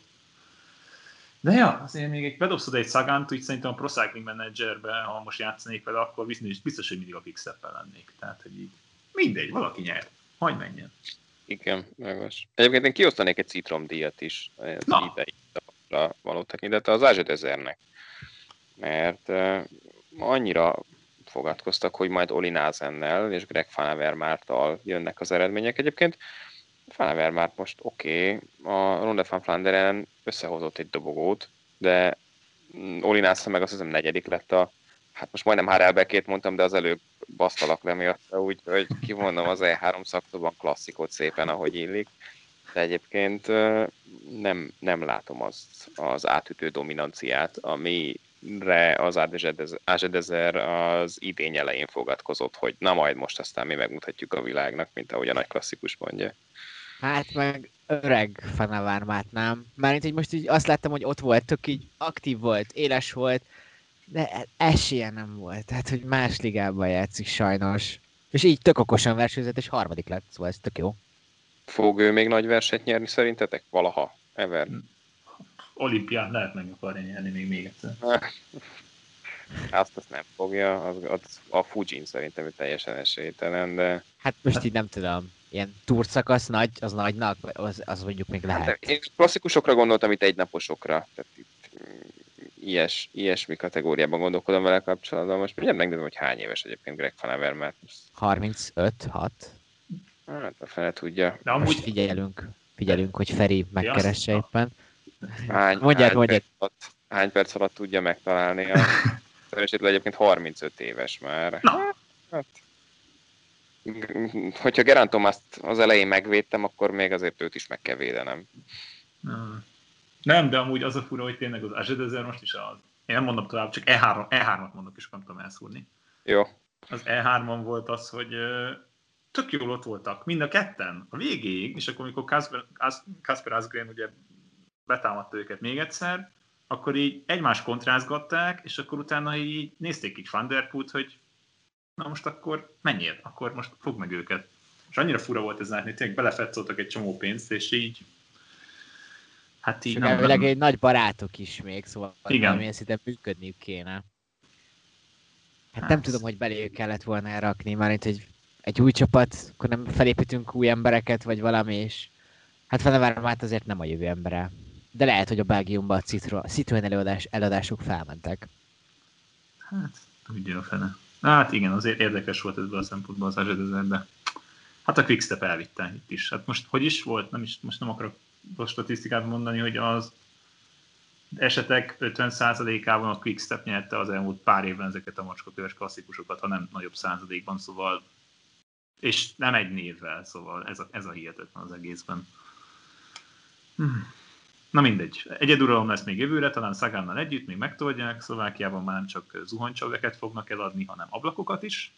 De ja, azért még egy bedobszod egy Sagant, úgy szerintem a Pro Cycling Managerbe, ha most játszanék vele, akkor biztos, biztos hogy mindig a Quickstep-el lennék. Tehát, hogy így mindegy, valaki nyer. Hagy menjen. Igen, megos. Egyébként én kiosztanék egy citromdíjat is az idei tapra való tekintettel az Ázsed ezernek. Mert uh, annyira fogadkoztak, hogy majd Oli Názennel és Greg Van Avermaettal jönnek az eredmények. Egyébként Van Avermaet most oké, okay, a Ronde van Vlaanderen összehozott egy dobogót, de Oli Názen meg azt hiszem negyedik lett a, hát most majdnem Harelbekét mondtam, de az előbb basztalak le miatt, úgyhogy kivonnom az E három szakszóban klasszikot szépen, ahogy illik. De egyébként nem, nem látom azt az átütő dominanciát, amire az Ázsed ezer az idény elején fogadkozott, hogy na majd most aztán mi megmutatjuk a világnak, mint ahogy a nagy klasszikus mondja. Hát meg öreg Van Avermaet, nem? Mármint, hogy most így azt láttam, hogy ott volt, tök így aktív volt, éles volt, de esélye nem volt, tehát hogy más ligában játszik sajnos. És így tök okosan versenyzett, és harmadik lett, szóval ez tök jó. Fog ő még nagy versenyt nyerni szerintetek? Valaha? Ever? Olimpián lehet meg akarja nyerni még, még egyszer. Azt, azt nem fogja, az, az a Fujin szerintem ő teljesen esélytelen, de... Hát most hát... így nem tudom, ilyen túrszakasz nagy, az nagynak, az, az mondjuk még lehet. Hát, én klasszikusokra gondoltam, itt egynaposokra, tehát itt ilyes, ilyesmi kategóriában gondolkodom vele kapcsolatban. Most mindjárt megnézem, hogy hány éves egyébként Greg Van Avermaet. harmincöt hat Hát a fele tudja. De amúgy... Most figyelünk, figyelünk, hogy Feri megkeresse éppen. Hány, mondjad, hány, mondjad. Perc alatt, hány perc alatt tudja megtalálni a szerencsétlen egyébként harmincöt éves már. Hát, hogyha Geraint Thomást az elején megvédtem, akkor még azért őt is meg kell védenem. Hmm. Nem, de amúgy az a fura, hogy tényleg az Ázsed ezer most is az... Én nem mondom tovább, csak E három, E hármat mondok, és nem tudom elszúrni. Jó. Az E hárman volt az, hogy tök jól ott voltak, mind a ketten, a végéig, és akkor, amikor Kasper, Kasper Asgreen ugye betámadta őket még egyszer, akkor így egymást kontrázgatták, és akkor utána így nézték így Van der Poelt, hogy na most akkor menjél, akkor most fogd meg őket. És annyira fura volt ez látni, tényleg belefetszoltak egy csomó pénzt, és így hát így nem, nem... egy nagy barátok is még, szóval valamilyen szinten működniük kéne. Hát, hát nem tudom, hogy beléjük kellett volna elrakni, már itt egy, egy új csapat, akkor nem felépítünk új embereket, vagy valami, és Hát Vannevar hát azért nem a jövő embere. De lehet, hogy a Belgiumban a Citroen, Citroen előadás, eladások felmentek. Hát, tudja a fene. Hát igen, azért érdekes volt ebből a szempontból az Azsedezer, de hát a Quickstep elvitte itt is. Hát most hogy is volt? Nem is, most nem akarok a statisztikát mondani, hogy az esetek ötven százalékában a Quickstep nyerte az elmúlt pár évben ezeket a macskaköves klasszikusokat, ha nem nagyobb százalékban, szóval és nem egy névvel, szóval ez a, ez a hihetetlen az egészben. Hmm. Na mindegy, egyeduralom lesz még jövőre, talán Sagannal együtt még megtoldják, Szlovákiában már nem csak zuhanycsöveket fognak eladni, hanem ablakokat is,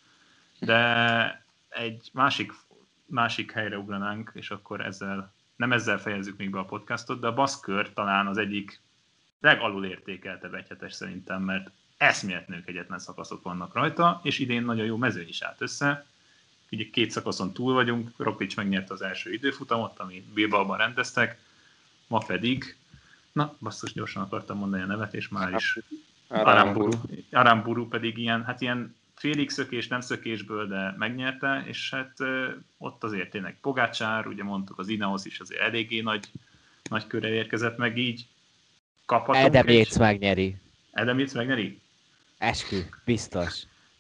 de egy másik, másik helyre ugranánk, és akkor ezzel, nem ezzel fejezzük még be a podcastot, de a baszkör talán az egyik legalul értékeltebb egyhetes szerintem, mert eszméletlenül kegyetlen szakaszok vannak rajta, és idén nagyon jó mezőny is állt össze. Ugye két szakaszon túl vagyunk, Roglic megnyerte az első időfutamot, ami Bilbaoban rendeztek, ma pedig, na basszus, gyorsan akartam mondani a nevet, és már is Aramburu. Aramburu pedig ilyen, hát ilyen félig szökés, nem szökésből, de megnyerte, és hát ott azért tényleg Pogačar, ugye mondtuk, az Ineos is azért eléggé nagy, nagy körre érkezett meg, így kaphatunk. Adam Yates megnyeri. Adam Yates megnyeri? Eskü, biztos.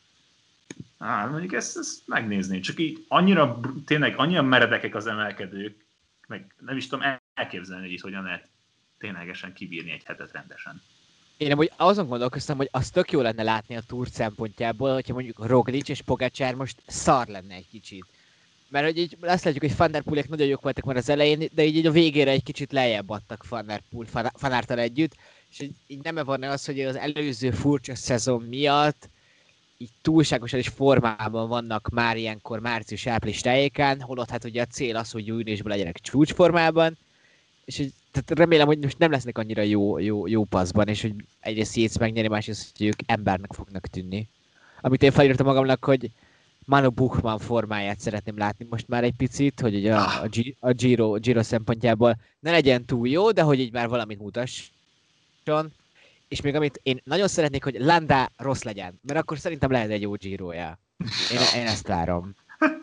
Á, mondjuk ezt, ezt megnézni, csak így annyira, tényleg annyira meredekek az emelkedők, meg nem is tudom elképzelni, hogy itt hogyan lehet ténylegesen kibírni egy hetet rendesen. Én amúgy azon gondolkoztam, hogy az tök jó lenne látni a Tour szempontjából, hogyha mondjuk Roglic és Pogačar most szar lenne egy kicsit. Mert hogy így azt látjuk, hogy Van der Poelék nagyon jók voltak már az elején, de így, így a végére egy kicsit lejjebb adtak Van der Poel, Van Aerttel együtt, és így, így nem van az, hogy az előző furcsa szezon miatt így túlságosan is formában vannak már ilyenkor március-április tájékán, holott hát ugye a cél az, hogy júniusban legyenek csúcsformában, és így, tehát remélem, hogy most nem lesznek annyira jó, jó, jó passzban, és hogy egyrészt Yates megnyeri, másrészt, hogy ők embernek fognak tűnni. Amit én felírtam magamnak, hogy Manu Buchmann formáját szeretném látni most már egy picit, hogy ugye a, a, G, a Giro, Giro szempontjából ne legyen túl jó, de hogy így már valamit mutasson. És még amit én nagyon szeretnék, hogy Landa rossz legyen, mert akkor szerintem lehet egy jó Giroja. Én, én ezt várom.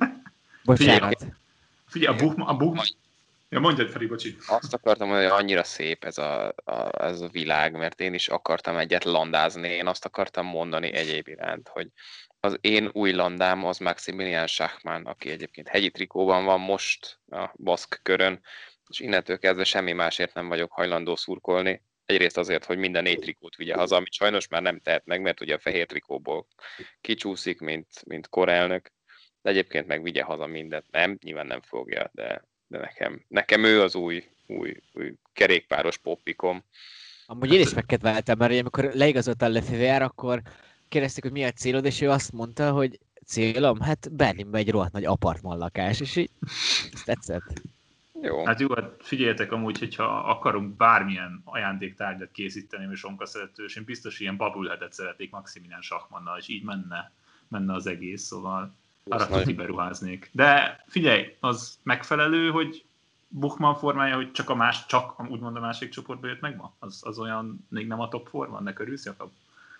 Bocsánat. Figyelj, a Buchmann... A Buchmann... Ja, mondjad, Feri, bocsi. Azt akartam mondani, hogy annyira szép ez a, a, ez a világ, mert én is akartam egyet landázni. Én azt akartam mondani egyéb iránt, hogy az én új landám az Maximilian Schachmann, aki egyébként hegyi trikóban van most a baszk körön, és innentől kezdve semmi másért nem vagyok hajlandó szurkolni. Egyrészt azért, hogy minden négy trikót vigye haza, amit sajnos már nem tehet meg, mert ugye a fehér trikóból kicsúszik, mint, mint korelnök, de egyébként meg vigye haza mindent. Nem, nyilván nem fogja, de, de nekem, nekem ő az új, új, új kerékpáros poppikom. Amúgy én is megkedveltem, mert amikor leigazolt a Lefebvre, akkor kérdezték, hogy mi a célod, és ő azt mondta, hogy célom, hát Berlinben egy rohadt nagy apartman lakás, és így ezt tetszett. Jó. Hát jó, hát figyeljetek amúgy, hogyha akarunk bármilyen ajándéktárgyat készíteni, és Sonka szerető, és én biztos ilyen babülhetet szeretnék Maximilian Schachmannnal, és így menne, menne az egész, szóval arra tudni beruháznék. De figyelj, az megfelelő, hogy Buchmann formája, hogy csak a más, csak úgymond a másik csoportba jött meg ma? Az, az olyan, még nem a top forma, ne körülsz, Jakab?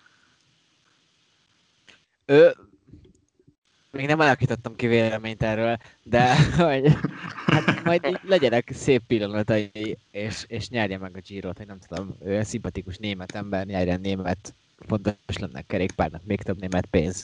Ő... Még nem alakítottam ki véleményt erről, de hogy hát majd így legyenek szép pillanatai, és, és nyerje meg a Girot, hogy nem tudom, ő szimpatikus német ember, nyerjen német, fontos lenne kerékpárnak, még több német pénz.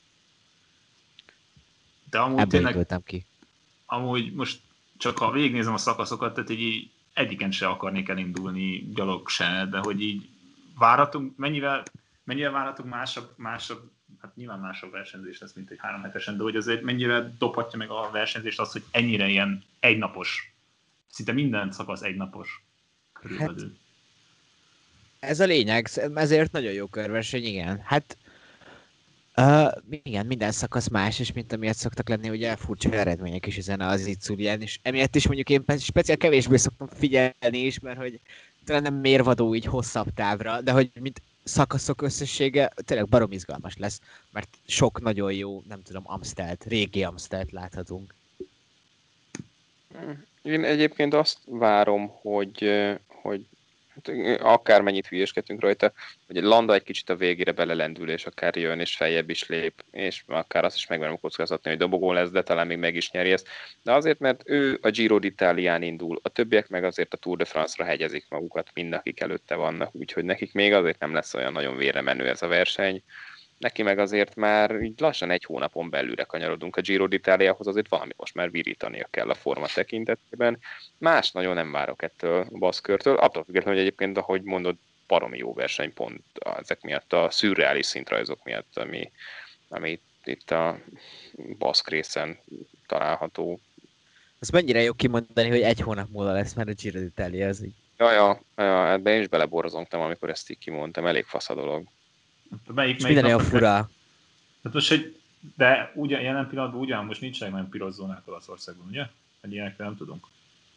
De amúgy ebből tényleg, indultam ki. Amúgy most csak ha végignézem a szakaszokat, tehát így egyiken se akarnék elindulni, gyalog se, de hogy így váratunk, mennyivel, mennyivel váratunk másabb, másabb hát nyilván másabb versenyzés lesz, mint egy három hetesen, de hogy azért mennyire dobhatja meg a versenyzést az, hogy ennyire ilyen egynapos, szinte minden szakasz egynapos körülbelül. Hát, ez a lényeg, ezért nagyon jó körverseny, igen. Hát uh, igen, minden szakasz más, és mint amiatt szoktak lenni ugye furcsa eredmények is ezen az Itzulián, és emiatt is mondjuk én speciál kevésbé szoktam figyelni is, mert hogy talán nem mérvadó így hosszabb távra, de hogy mint szakaszok összessége tényleg barom izgalmas lesz, mert sok nagyon jó, nem tudom, Amstelt, régi Amstelt láthatunk. Én egyébként azt várom, hogy, hogy akármennyit hülyeskedtünk rajta, hogy Landa egy kicsit a végére belelendül, és akár jön, és feljebb is lép, és akár azt is megmerem kockázatni, hogy dobogó lesz, de talán még meg is nyeri ezt. De azért, mert ő a Giro d'Italián indul, a többiek meg azért a Tour de France-ra hegyezik magukat, mind akik előtte vannak, úgyhogy nekik még azért nem lesz olyan nagyon véremenő ez a verseny. Neki meg azért már így lassan egy hónapon belülre kanyarodunk a Giro d'Italiához, azért valami most már virítania kell a forma tekintetében. Más nagyon nem várok ettől a baszkörtől, attól függetlenül, hogy egyébként, ahogy mondod, baromi jó verseny pont ezek miatt, a szürreális szintrajzok miatt, ami, ami itt a baszk részen található. Az mennyire jó kimondani, hogy egy hónap múlva lesz már a Giro d'Italia, az így. Ja, ja, ja, ebben én is beleborzongtam, amikor ezt így kimondtam, elég fasz a dolog. Melyik, És minden olyan fura. Hát most, hogy, de ugyan, jelen pillanatban ugyan most nincsenek nagyon piros zónák Olaszországban, ugye? Egy ilyenekre nem tudunk.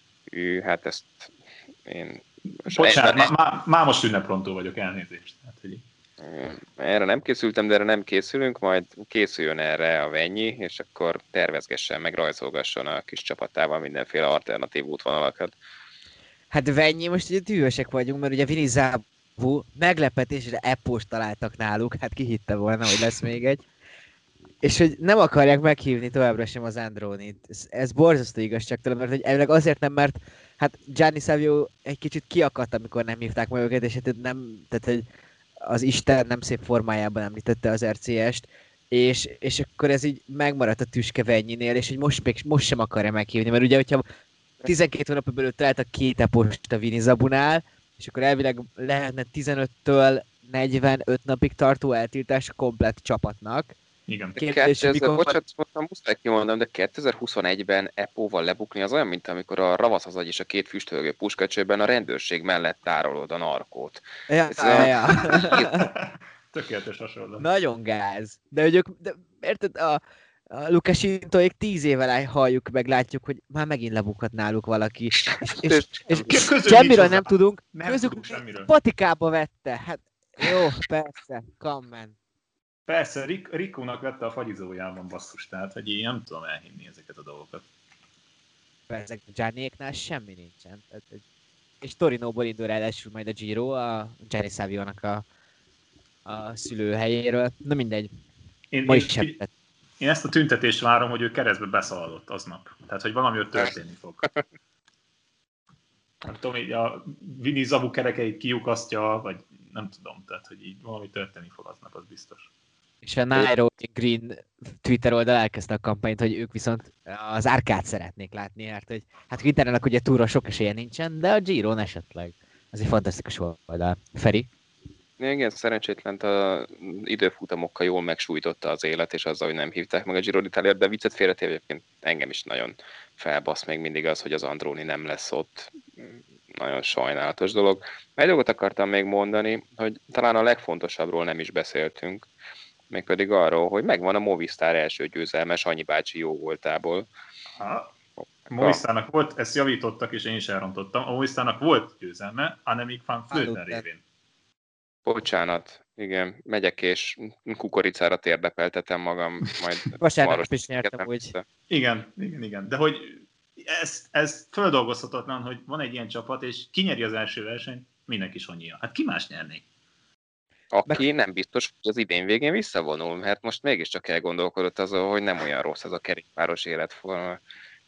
Ő, hát ezt én... Bocsánat, má, má, már most ünneprontó vagyok, elnézést. Hát, hogy... Erre nem készültem, de erre nem készülünk, majd készüljön erre a Venyi, és akkor tervezgessen, meg rajzolgasson a kis csapatával mindenféle alternatív útvonalakat. Hát Venyi, most ugye dühösek vagyunk, mert ugye Vini Zábu meglepetésre epós találtak náluk, hát ki hitte volna, hogy lesz még egy. És hogy nem akarják meghívni továbbra sem az Andronit. Ez, ez borzasztó igazságtalan, mert hogy elvileg azért nem, mert hát Gianni Savio egy kicsit kiakadt, amikor nem hívták meg őket, és hát nem, tehát hogy az Isten nem szép formájában említette az er cé est, és, és akkor ez így megmaradt a tüske Vennyinél, és hogy most, még, most sem akarja meghívni, mert ugye, hogyha tizenkét hónap belül találtak két epost a Vini Zabunál, és akkor elvileg lehetne tizenöttől negyvenöt napig tartó eltiltás komplett csapatnak. Igen. Kérdés, mikor... Bocsánat, most muszáj kimondom, de kétezer-huszonegyben epóval lebukni az olyan, mint amikor a ravasz az agy és a két füstölgő puskacsőben a rendőrség mellett tárolod a narkót. Ja, ja, ja. Tökéletes hasonló. Nagyon gáz. De hogy ők, de, érted, a, a Lukasintoék tíz éve halljuk, meg látjuk, hogy már megint lebukhat náluk valaki. És, és, és, és semmiről nem tudunk. Nem közük tudunk semmiről. Patikába vette. Hát jó, persze, come man. Persze, Rik- Rikónak vette a fagyizójában basszus, tehát hogy én nem tudom elhinni ezeket a dolgokat. Persze, Gianniéknál semmi nincsen. Tehát, és Torinóból indul ráadásul majd a Giro, a Gianni Savio-nak a, a szülőhelyéről. Na mindegy, Én, ma én, is sem én, én ezt a tüntetést várom, hogy ő keresztbe beszaladott aznap. Tehát, hogy valami ott történni fog. Nem tudom, így a Vini Zabu kerekeit kiukasztja, vagy nem tudom, tehát, hogy így valami történni fog aznap, az biztos. És a Nairo Green Twitter oldal elkezdte a kampányt, hogy ők viszont az árkát szeretnék látni, mert hogy hát Quinternának ugye túra sok esélye nincsen, de a Giron esetleg. Ez egy fantasztikus oldal. Feri? Igen, szerencsétlent az időfutamokkal jól megsújtotta az élet, és azzal, hogy nem hívták meg a Giro d'Italiát, de viccet félretéve egyébként engem is nagyon felbasz még mindig az, hogy az Androni nem lesz ott. Nagyon sajnálatos dolog. Egy dolgot akartam még mondani, hogy talán a legfontosabbról nem is beszéltünk, mégpedig arról, hogy megvan a Movistar első győzelme Sanyi bácsi jó voltából. Ha, a Movistarnak volt, ezt javítottak, és én is elrontottam, a Movistarnak volt győzelme, Annemiek van Vleuten révén. Bocsánat, igen, megyek és kukoricára térdepeltetem magam, majd... Vasárnap is nyertem úgy. Igen, igen, igen, de hogy ez, ez földolgozhatatlan, hogy van egy ilyen csapat, és ki nyeri az első versenyt, mindenki Sanyija. Hát ki más nyerné? Aki nem biztos, hogy az idén végén visszavonul, mert most mégiscsak elgondolkodott azon, hogy nem olyan rossz ez a kerékpáros életforma.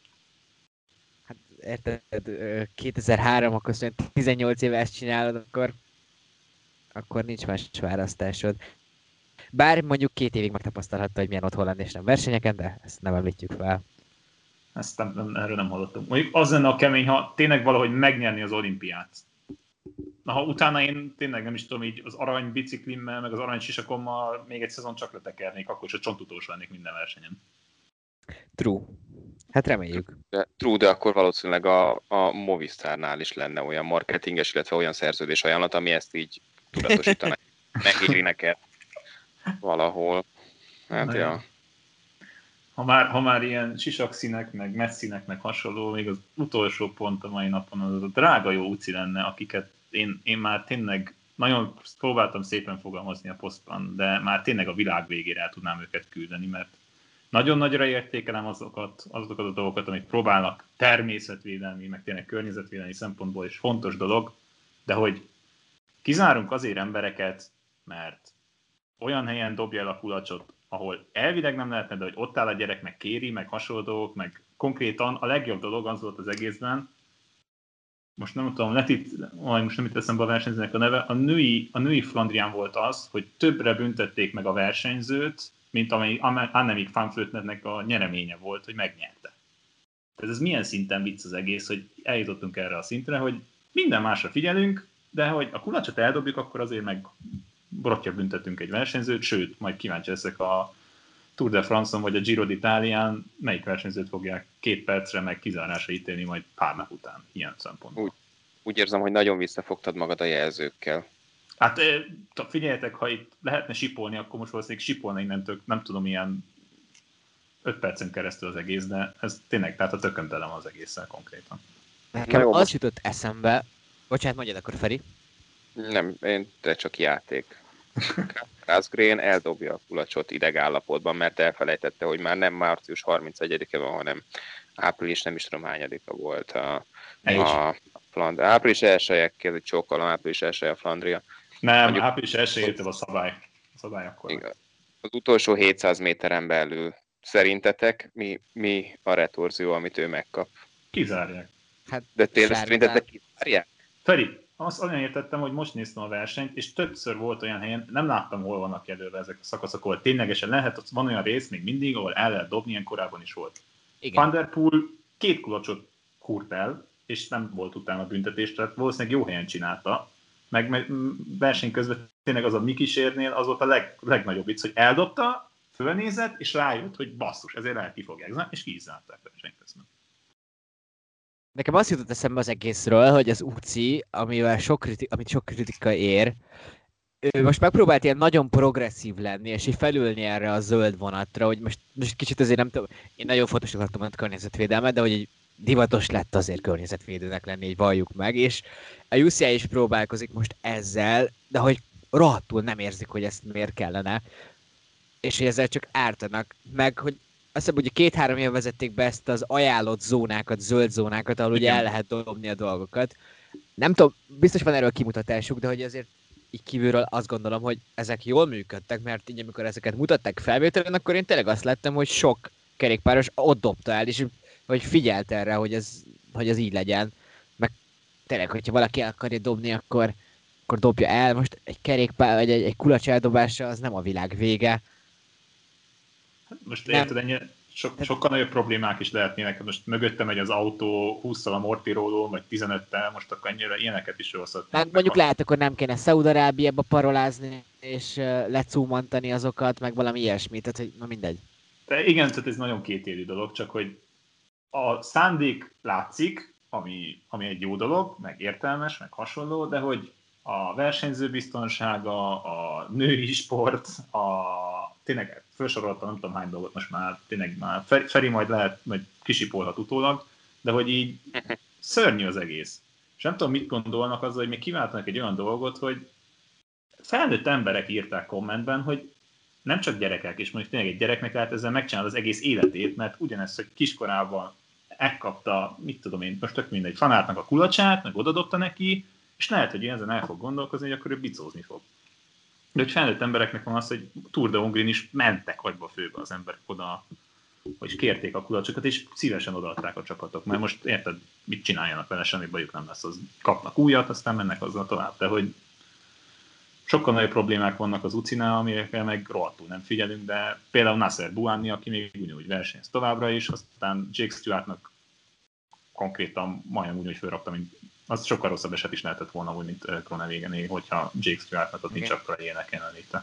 Hát érted, kétezer-három, akkor tizennyolc éve ezt csinálod, akkor, akkor nincs más választásod. Bár mondjuk két évig megtapasztalhatta, hogy milyen otthon lenni és nem versenyeken, de ezt nem említjük fel. Ezt nem, nem, erről nem hallottam. Mondjuk az lenne a kemény, ha tényleg valahogy megnyerni az olimpiát. Na, ha utána én tényleg nem is tudom, így az arany biciklimmel, meg az arany sisakommal még egy szezon csak letekernék, akkor is a csontutós lennék minden versenyen. True. Hát reméljük. De, true, de akkor valószínűleg a, a Movistarnál is lenne olyan marketinges, illetve olyan szerződés ajánlat, ami ezt így tudatosítaná. Megéri neked valahol. Hát, na, ja. Ha már, ha már ilyen sisakszínek, meg messzínek, meg hasonló, még az utolsó pont a mai napon az a drága jó uci lenne, akiket én, én már tényleg nagyon próbáltam szépen fogalmazni a posztban, de már tényleg a világ végére el tudnám őket küldeni, mert nagyon nagyra értékelem azokat, azokat a dolgokat, amit próbálnak természetvédelmi, meg tényleg környezetvédelmi szempontból is fontos dolog, De hogy kizárunk azért embereket, mert olyan helyen dobja el a kulacsot, ahol elvileg nem lehetne, de hogy ott áll a gyerek, meg kéri, meg hasonló dolgok, meg konkrétan a legjobb dolog az volt az egészben, most nem tudom, Letit, majd most nem itt eszembe a versenyzőnek a neve, a női, a női Flandrián volt az, hogy többre büntették meg a versenyzőt, mint amely Annemiek van Vleuten-nek a nyereménye volt, hogy megnyerte. Ez, ez milyen szinten vicc az egész, hogy eljutottunk erre a szintre, hogy minden másra figyelünk, de hogy a kulacsot eldobjuk, akkor azért meg borotja büntetünk egy versenyzőt, sőt, majd kíváncsi leszek a Tour de France-on vagy a Giro d'Italián, melyik versenyzőt fogják két percre meg kizárásra ítélni majd pár nap után, ilyen szempontból. Úgy, úgy érzem, hogy nagyon visszafogtad magad a jelzőkkel. Hát figyeljetek, ha itt lehetne sipolni, akkor most valószínűleg sipolni innentől, nem tudom, ilyen öt percen keresztül az egész, de ez tényleg, tehát a tököntelem az egésszel konkrétan. Nekem jó, az jutott eszembe, bocsánat, mondjad akkor, Feri. Nem, én de csak játék. Asgreen eldobja a kulacsot idegállapotban, mert elfelejtette, hogy már nem március harmincegyedike van, hanem április nem is tudom hányadika volt a, a Flandria. Április elsője, kezdett csókolom, április elsője a Flandria. Nem, mondjuk, április elsőjétől a szabály. A szabály akkor. Igen. Az utolsó hétszáz méteren belül szerintetek mi, mi a retorzió, amit ő megkap? Kizárják. Hát, de tényleg szerintetek kizárják? Feri, azt olyan értettem, hogy most néztem a versenyt, és többször volt olyan helyen, nem láttam, hol vannak jelölve ezek a szakaszok, ahol ténylegesen lehet, ott van olyan rész még mindig, ahol el lehet dobni, ilyen korábban is volt. Igen. Van der Poel két kulacsot húrt el, és nem volt utána büntetés, tehát valószínűleg jó helyen csinálta, meg, meg verseny közben tényleg az a Mikisérnél az volt a leg, legnagyobb vicc, hogy eldobta, fölnézett, és rájött, hogy basszus, ezért el ki fogják, és ki is zárták verseny közben. Nekem azt jutott eszembe az egészről, hogy az u cé i, amivel sok kritika, amit sok kritika ér, ő most megpróbált ilyen nagyon progresszív lenni, és így felülni erre a zöld vonatra, hogy most, most kicsit azért nem tudom, én nagyon fontosnak tartom a környezetvédelmet, de hogy egy divatos lett azért környezetvédőnek lenni, így valljuk meg, és a u cé i is próbálkozik most ezzel, de hogy rohadtul nem érzik, hogy ezt miért kellene, és hogy ezzel csak ártanak, meg hogy azt hiszem, hogy két-három éve vezették be ezt az ajánlott zónákat, zöld zónákat, ahol ugye el lehet dobni a dolgokat. Nem tudom, biztos van erről kimutatásuk, de hogy azért így kívülről azt gondolom, hogy ezek jól működtek, mert így amikor ezeket mutatták felvételen, akkor én tényleg azt láttam, hogy sok kerékpáros ott dobta el, és hogy figyelt erre, hogy ez, hogy ez így legyen. Meg tényleg, hogyha valaki el akarja dobni, akkor, akkor dobja el. Most egy kerékpár, vagy egy, egy kulacs eldobása, az nem a világ vége. Most érted, ennyi, so, sokkal nagyobb problémák is lehetnének. Most mögötte megy az autó hússzal a mortiróló, vagy tizenöttel, most akkor ennyire ilyeneket is rosszat. Hát mondjuk lehet, akkor nem kéne Szaúd-Arábiába parolázni, és uh, lecúmantani azokat, meg valami ilyesmit, tehát hogy na mindegy. De igen, tehát ez nagyon kétélű dolog, csak hogy a szándék látszik, ami, ami egy jó dolog, meg értelmes, meg hasonló, de hogy a versenyző biztonsága, a női sport, a tényleg felsoroltam nem tudom hány dolgot most már, tényleg már Feri majd lehet, majd kisipolhat utólag, de hogy így szörnyű az egész. És nem tudom, mit gondolnak azzal, hogy még kiváltanak egy olyan dolgot, hogy felnőtt emberek írták kommentben, hogy nem csak gyerekek, és mondjuk tényleg egy gyereknek lehet ezzel megcsinálni az egész életét, mert ugyanezt, hogy kiskorában megkapta, mit tudom én, most tök mindegy, fanártnak a kulacsát, meg odadobta neki, és lehet, hogy ezen el fog gondolkozni, hogy akkor ő bicózni fog. De hogy felnőtt embereknek van az, hogy Tour de Hongrin is mentek agyba főbe az emberek oda, hogy kérték a kulacsokat, és szívesen odaadták a csapatok. Mert most érted, mit csináljanak vele, semmi bajuk nem lesz, az kapnak újat, aztán mennek azzal tovább. De hogy sokkal nagyobb problémák vannak az u cé i-nál, amikre meg rohadtul nem figyelünk, de például Nasser Bouhanni, aki még ugyanúgy versenyez továbbra is, aztán Jake Stewartnak konkrétan majdnem úgy, hogy fölrakta, mint az sokkal rosszabb eset is lehetett volna úgy, mint Groenewegen, hogyha Jake Stewartnak ott nincs akkora ilyenek jelenléte.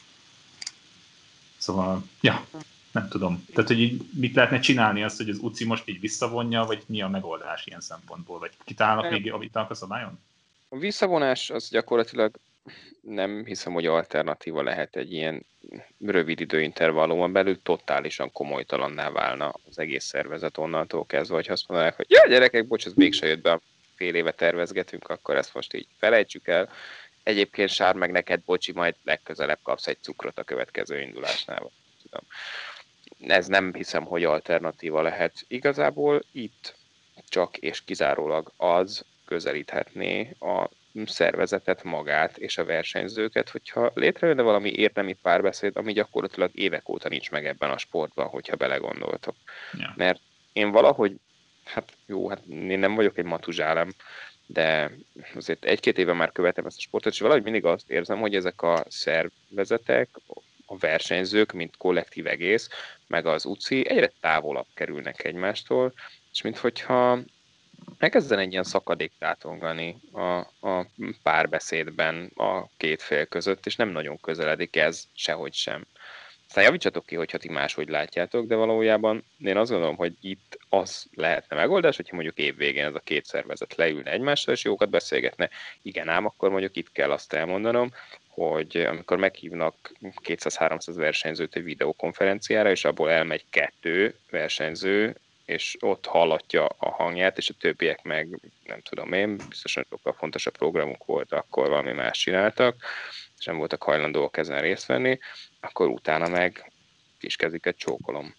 Szóval, ja, nem tudom. Tehát, hogy így mit lehetne csinálni azt, hogy az u cé i most így visszavonja, vagy mi a megoldás ilyen szempontból? Vagy kitálnak még a szabályon? A visszavonás az gyakorlatilag nem hiszem, hogy alternatíva lehet egy ilyen rövid időintervallumon belül, totálisan komolytalanná válna az egész szervezet onnantól kezdve, hogy azt mondanák, hogy ja, gyerekek, bocs, ez mégse jött be, fél éve tervezgetünk, akkor ezt most így felejtsük el. Egyébként Sár, meg neked, bocsi, majd legközelebb kapsz egy cukrot a következő indulásnál. Tudom. Ez nem hiszem, hogy alternatíva lehet. Igazából itt csak és kizárólag az közelíthetné a szervezetet, magát és a versenyzőket, hogyha létrejönne valami érdemi párbeszéd, ami gyakorlatilag évek óta nincs meg ebben a sportban, hogyha belegondoltok. Ja. Mert én valahogy, hát jó, hát én nem vagyok egy matuzsálem, de azért egy-két éve már követem ezt a sportot, és valahogy mindig azt érzem, hogy ezek a szervezetek, a versenyzők, mint kollektív egész, meg az uci egyre távolabb kerülnek egymástól, és minthogyha elkezden egy ilyen szakadék tátongani a, a párbeszédben a két fél között, és nem nagyon közeledik ez sehogy sem. Aztán javítsatok ki, hogyha ti máshogy látjátok, de valójában én azt gondolom, hogy itt az lehetne megoldás, hogyha mondjuk évvégén ez a két szervezet leülne egymással, és jókat beszélgetne. Igen ám, akkor mondjuk itt kell azt elmondanom, hogy amikor meghívnak kétszáz-háromszáz versenyzőt egy videokonferenciára, és abból elmegy kettő versenyző, és ott hallatja a hangját, és a többiek meg, nem tudom én, biztosan sokkal fontosabb programok volt, akkor valami más csináltak, és nem voltak hajlandóak ezen részt venni, akkor utána meg kiskeziket csókolom.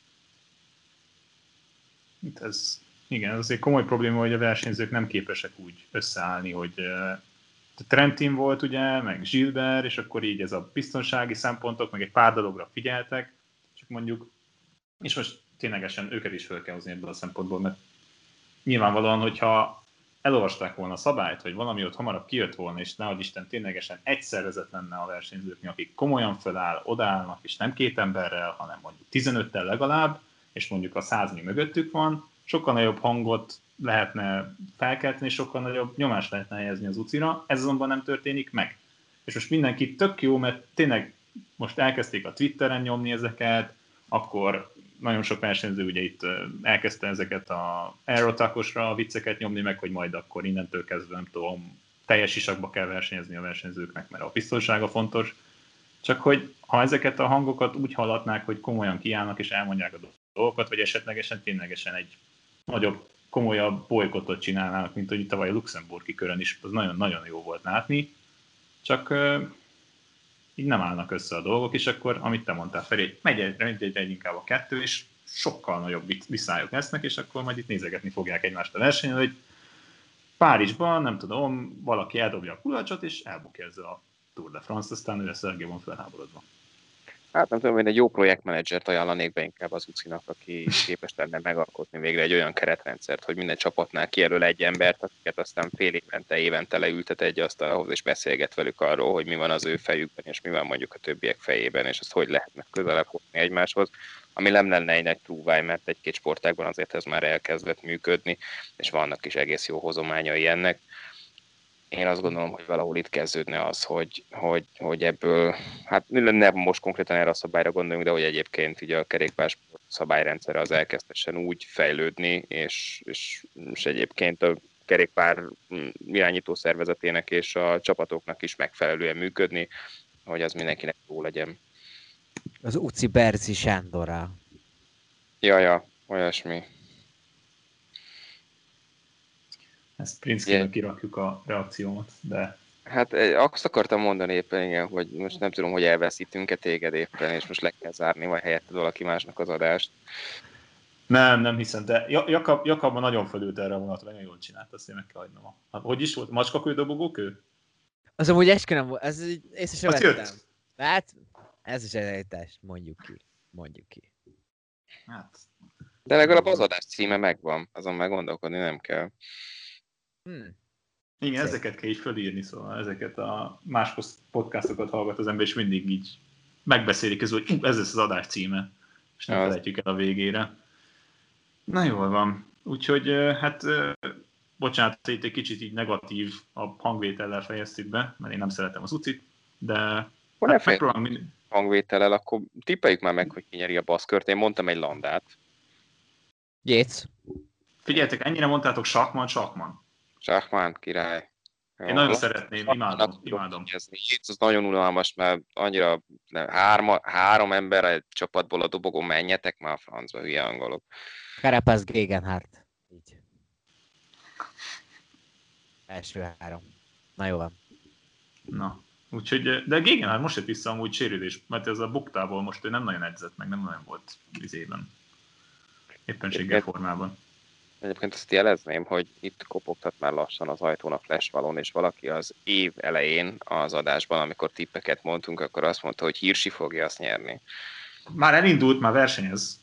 Itt ez, igen, ez azért komoly probléma, hogy a versenyzők nem képesek úgy összeállni, hogy uh, Trentin volt ugye, meg Gilbert, és akkor így ez a biztonsági szempontok, meg egy pár dologra figyeltek, csak mondjuk, és most ténylegesen őket is fel kell hozni ebből a szempontból, mert nyilvánvalóan, hogyha elolvasták volna a szabályt, vagy valami ott hamarabb kijött volna, és nehogy Isten ténylegesen egy szervezet lenne a versenyzőknek, akik komolyan feláll, odaállnak, és nem két emberrel, hanem mondjuk tizenöttel legalább, és mondjuk a százni mögöttük van, sokkal nagyobb hangot lehetne felkelteni, és sokkal nagyobb nyomást lehetne helyezni az ucira, ez azonban nem történik meg. És most mindenki tök jó, mert tényleg most elkezdték a Twitteren nyomni ezeket, akkor nagyon sok versenyző ugye itt elkezdte ezeket a aerotakosra a vicceket nyomni meg, hogy majd akkor innentől kezdve, nem tudom, teljes isakba kell versenyezni a versenyzőknek, mert a biztonsága fontos. Csak hogy ha ezeket a hangokat úgy hallatnák, hogy komolyan kiállnak és elmondják a dolgokat, vagy esetlegesen ténylegesen egy nagyobb, komolyabb bolykottot csinálnának, mint hogy tavaly a luxemburgi körön is, az nagyon-nagyon jó volt látni. Csak így nem állnak össze a dolgok, és akkor, amit te mondtál, Feri, megy egy, megy egy, egy inkább a kettő, és sokkal nagyobb viszályok lesznek, és akkor majd itt nézegetni fogják egymást a versenyen, hogy Párizsban, nem tudom, valaki eldobja a kulacsot, és elbukja ezzel a Tour de France, aztán ő lesz Szergélyban felháborodva. Hát nem tudom, én egy jó projektmenedzsert ajánlanék be inkább az ucinak, aki képes lenne megalkotni végre egy olyan keretrendszert, hogy minden csapatnál kijelöl egy embert, akiket aztán fél évente, évente leültet egy asztalhoz, és beszélget velük arról, hogy mi van az ő fejükben, és mi van mondjuk a többiek fejében, és azt hogy lehetne közelebb hozni egymáshoz, ami nem lenne egy nagy trúváj, mert egy-két sportágban azért ez már elkezdett működni, és vannak is egész jó hozományai ennek. Én azt gondolom, hogy valahol itt kezdődne az, hogy, hogy, hogy ebből, hát nem most konkrétan erre a szabályra gondoljunk, de hogy egyébként ugye a kerékpársport szabályrendszere az elkezdhessen úgy fejlődni, és, és, és egyébként a kerékpár irányító szervezetének és a csapatoknak is megfelelően működni, hogy az mindenkinek jó legyen. Az Uci Berzi Sándorral. Ja, ja, olyasmi. Ezt Prinszkinek kirakjuk a reakciómat, de... Hát azt akartam mondani éppen, igen, hogy most nem tudom, hogy elveszítünk-e téged éppen, és most le kell zárni, vagy helyetted valaki másnak az adást. Nem, nem hiszem, de Jakab, Jakabban nagyon fölült erre a vonatra, nagyon jól csinált, azt én meg kell hagynom. Hogy is volt? Macskakő, dobogókő? Az amúgy eskü nem volt, ez észre sem Az vettem. jött? Hát, ez is elejtás, mondjuk ki. Mondjuk ki. Hát... De legalább az adás címe megvan, azon már gondolkodni nem kell. Hmm. Igen, ezeket kell így fölírni, szóval ezeket a más podcastokat hallgat az ember, és mindig így megbeszélik közül, hogy ez lesz az adás címe, és nem felejtjük el a végére. Na jól van. Úgyhogy hát bocsánat, itt egy kicsit így negatív a hangvétellel fejeztük be, mert én nem szeretem az ucit, de hát megpróbálom mindig. Hangvétellel, akkor tippeljük már meg, hogy ki nyeri a baszkört. Én mondtam egy landát. Jéz. Figyeljetek, ennyire mondtátok sakman, sakman. Sakman, király. Jó, én nagyon szeretném, imádom, imádom. Jézus, az nagyon unalmas, mert annyira nem, hárma, három ember egy csapatból a dobogón, menjetek már a francba, hülye angolok. Carapaz Gegenhardt. Így. Első három. Na jó van. Na, úgyhogy, de Gegenhardt most jött vissza amúgy sérülés, mert ez a buktából most ő nem nagyon edzett, meg nem nagyon volt izében. Éppenséggel formában. Egyébként azt jelezném, hogy itt kopogtat már lassan az ajtón a Flash Valon, és valaki az év elején az adásban, amikor tippeket mondtunk, akkor azt mondta, hogy Hirschi fogja azt nyerni. Már elindult, már versenyez.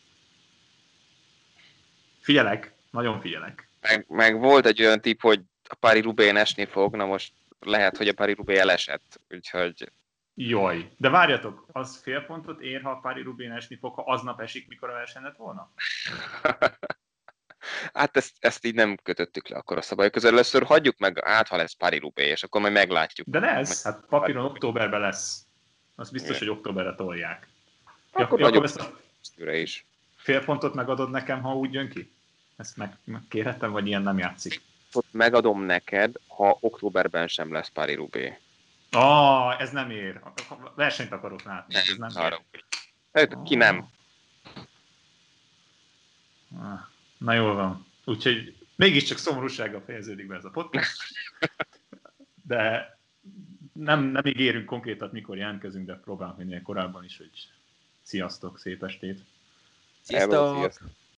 Figyelek, nagyon figyelek. Meg, meg volt egy olyan tipp, hogy a Paris-Roubaix esni fog, na most lehet, hogy a Paris-Roubaix elesett, úgyhogy... Jaj, de várjatok, az fél pontot ér, ha a Paris-Roubaix esni fog, ha aznap esik, mikor a verseny lett volna? Hát ezt, ezt így nem kötöttük le akkor a szabályok közül. Először hagyjuk meg át, ha lesz Paris-Roubaix, és akkor majd meglátjuk. De lesz, hát papíron októberben lesz. Az biztos, hogy októberre tolják. Akkor Jakob, nagyobb ezt a is. fél pontot megadod nekem, ha úgy jön ki? Ezt meg, megkérhetem, vagy ilyen nem játszik? Ott megadom neked, ha októberben sem lesz Paris-Roubaix. Ah, ez nem ér. Versenyt akarok látni. Nem, ez nem arra. ér. Ki nem? Na jól van. Úgyhogy mégiscsak szomorúsággal fejeződik be ez a podcast. De nem, nem ígérünk konkrétat, mikor jelentkezünk, de próbálunk minél korábban is, hogy sziasztok, szép estét. Sziasztok!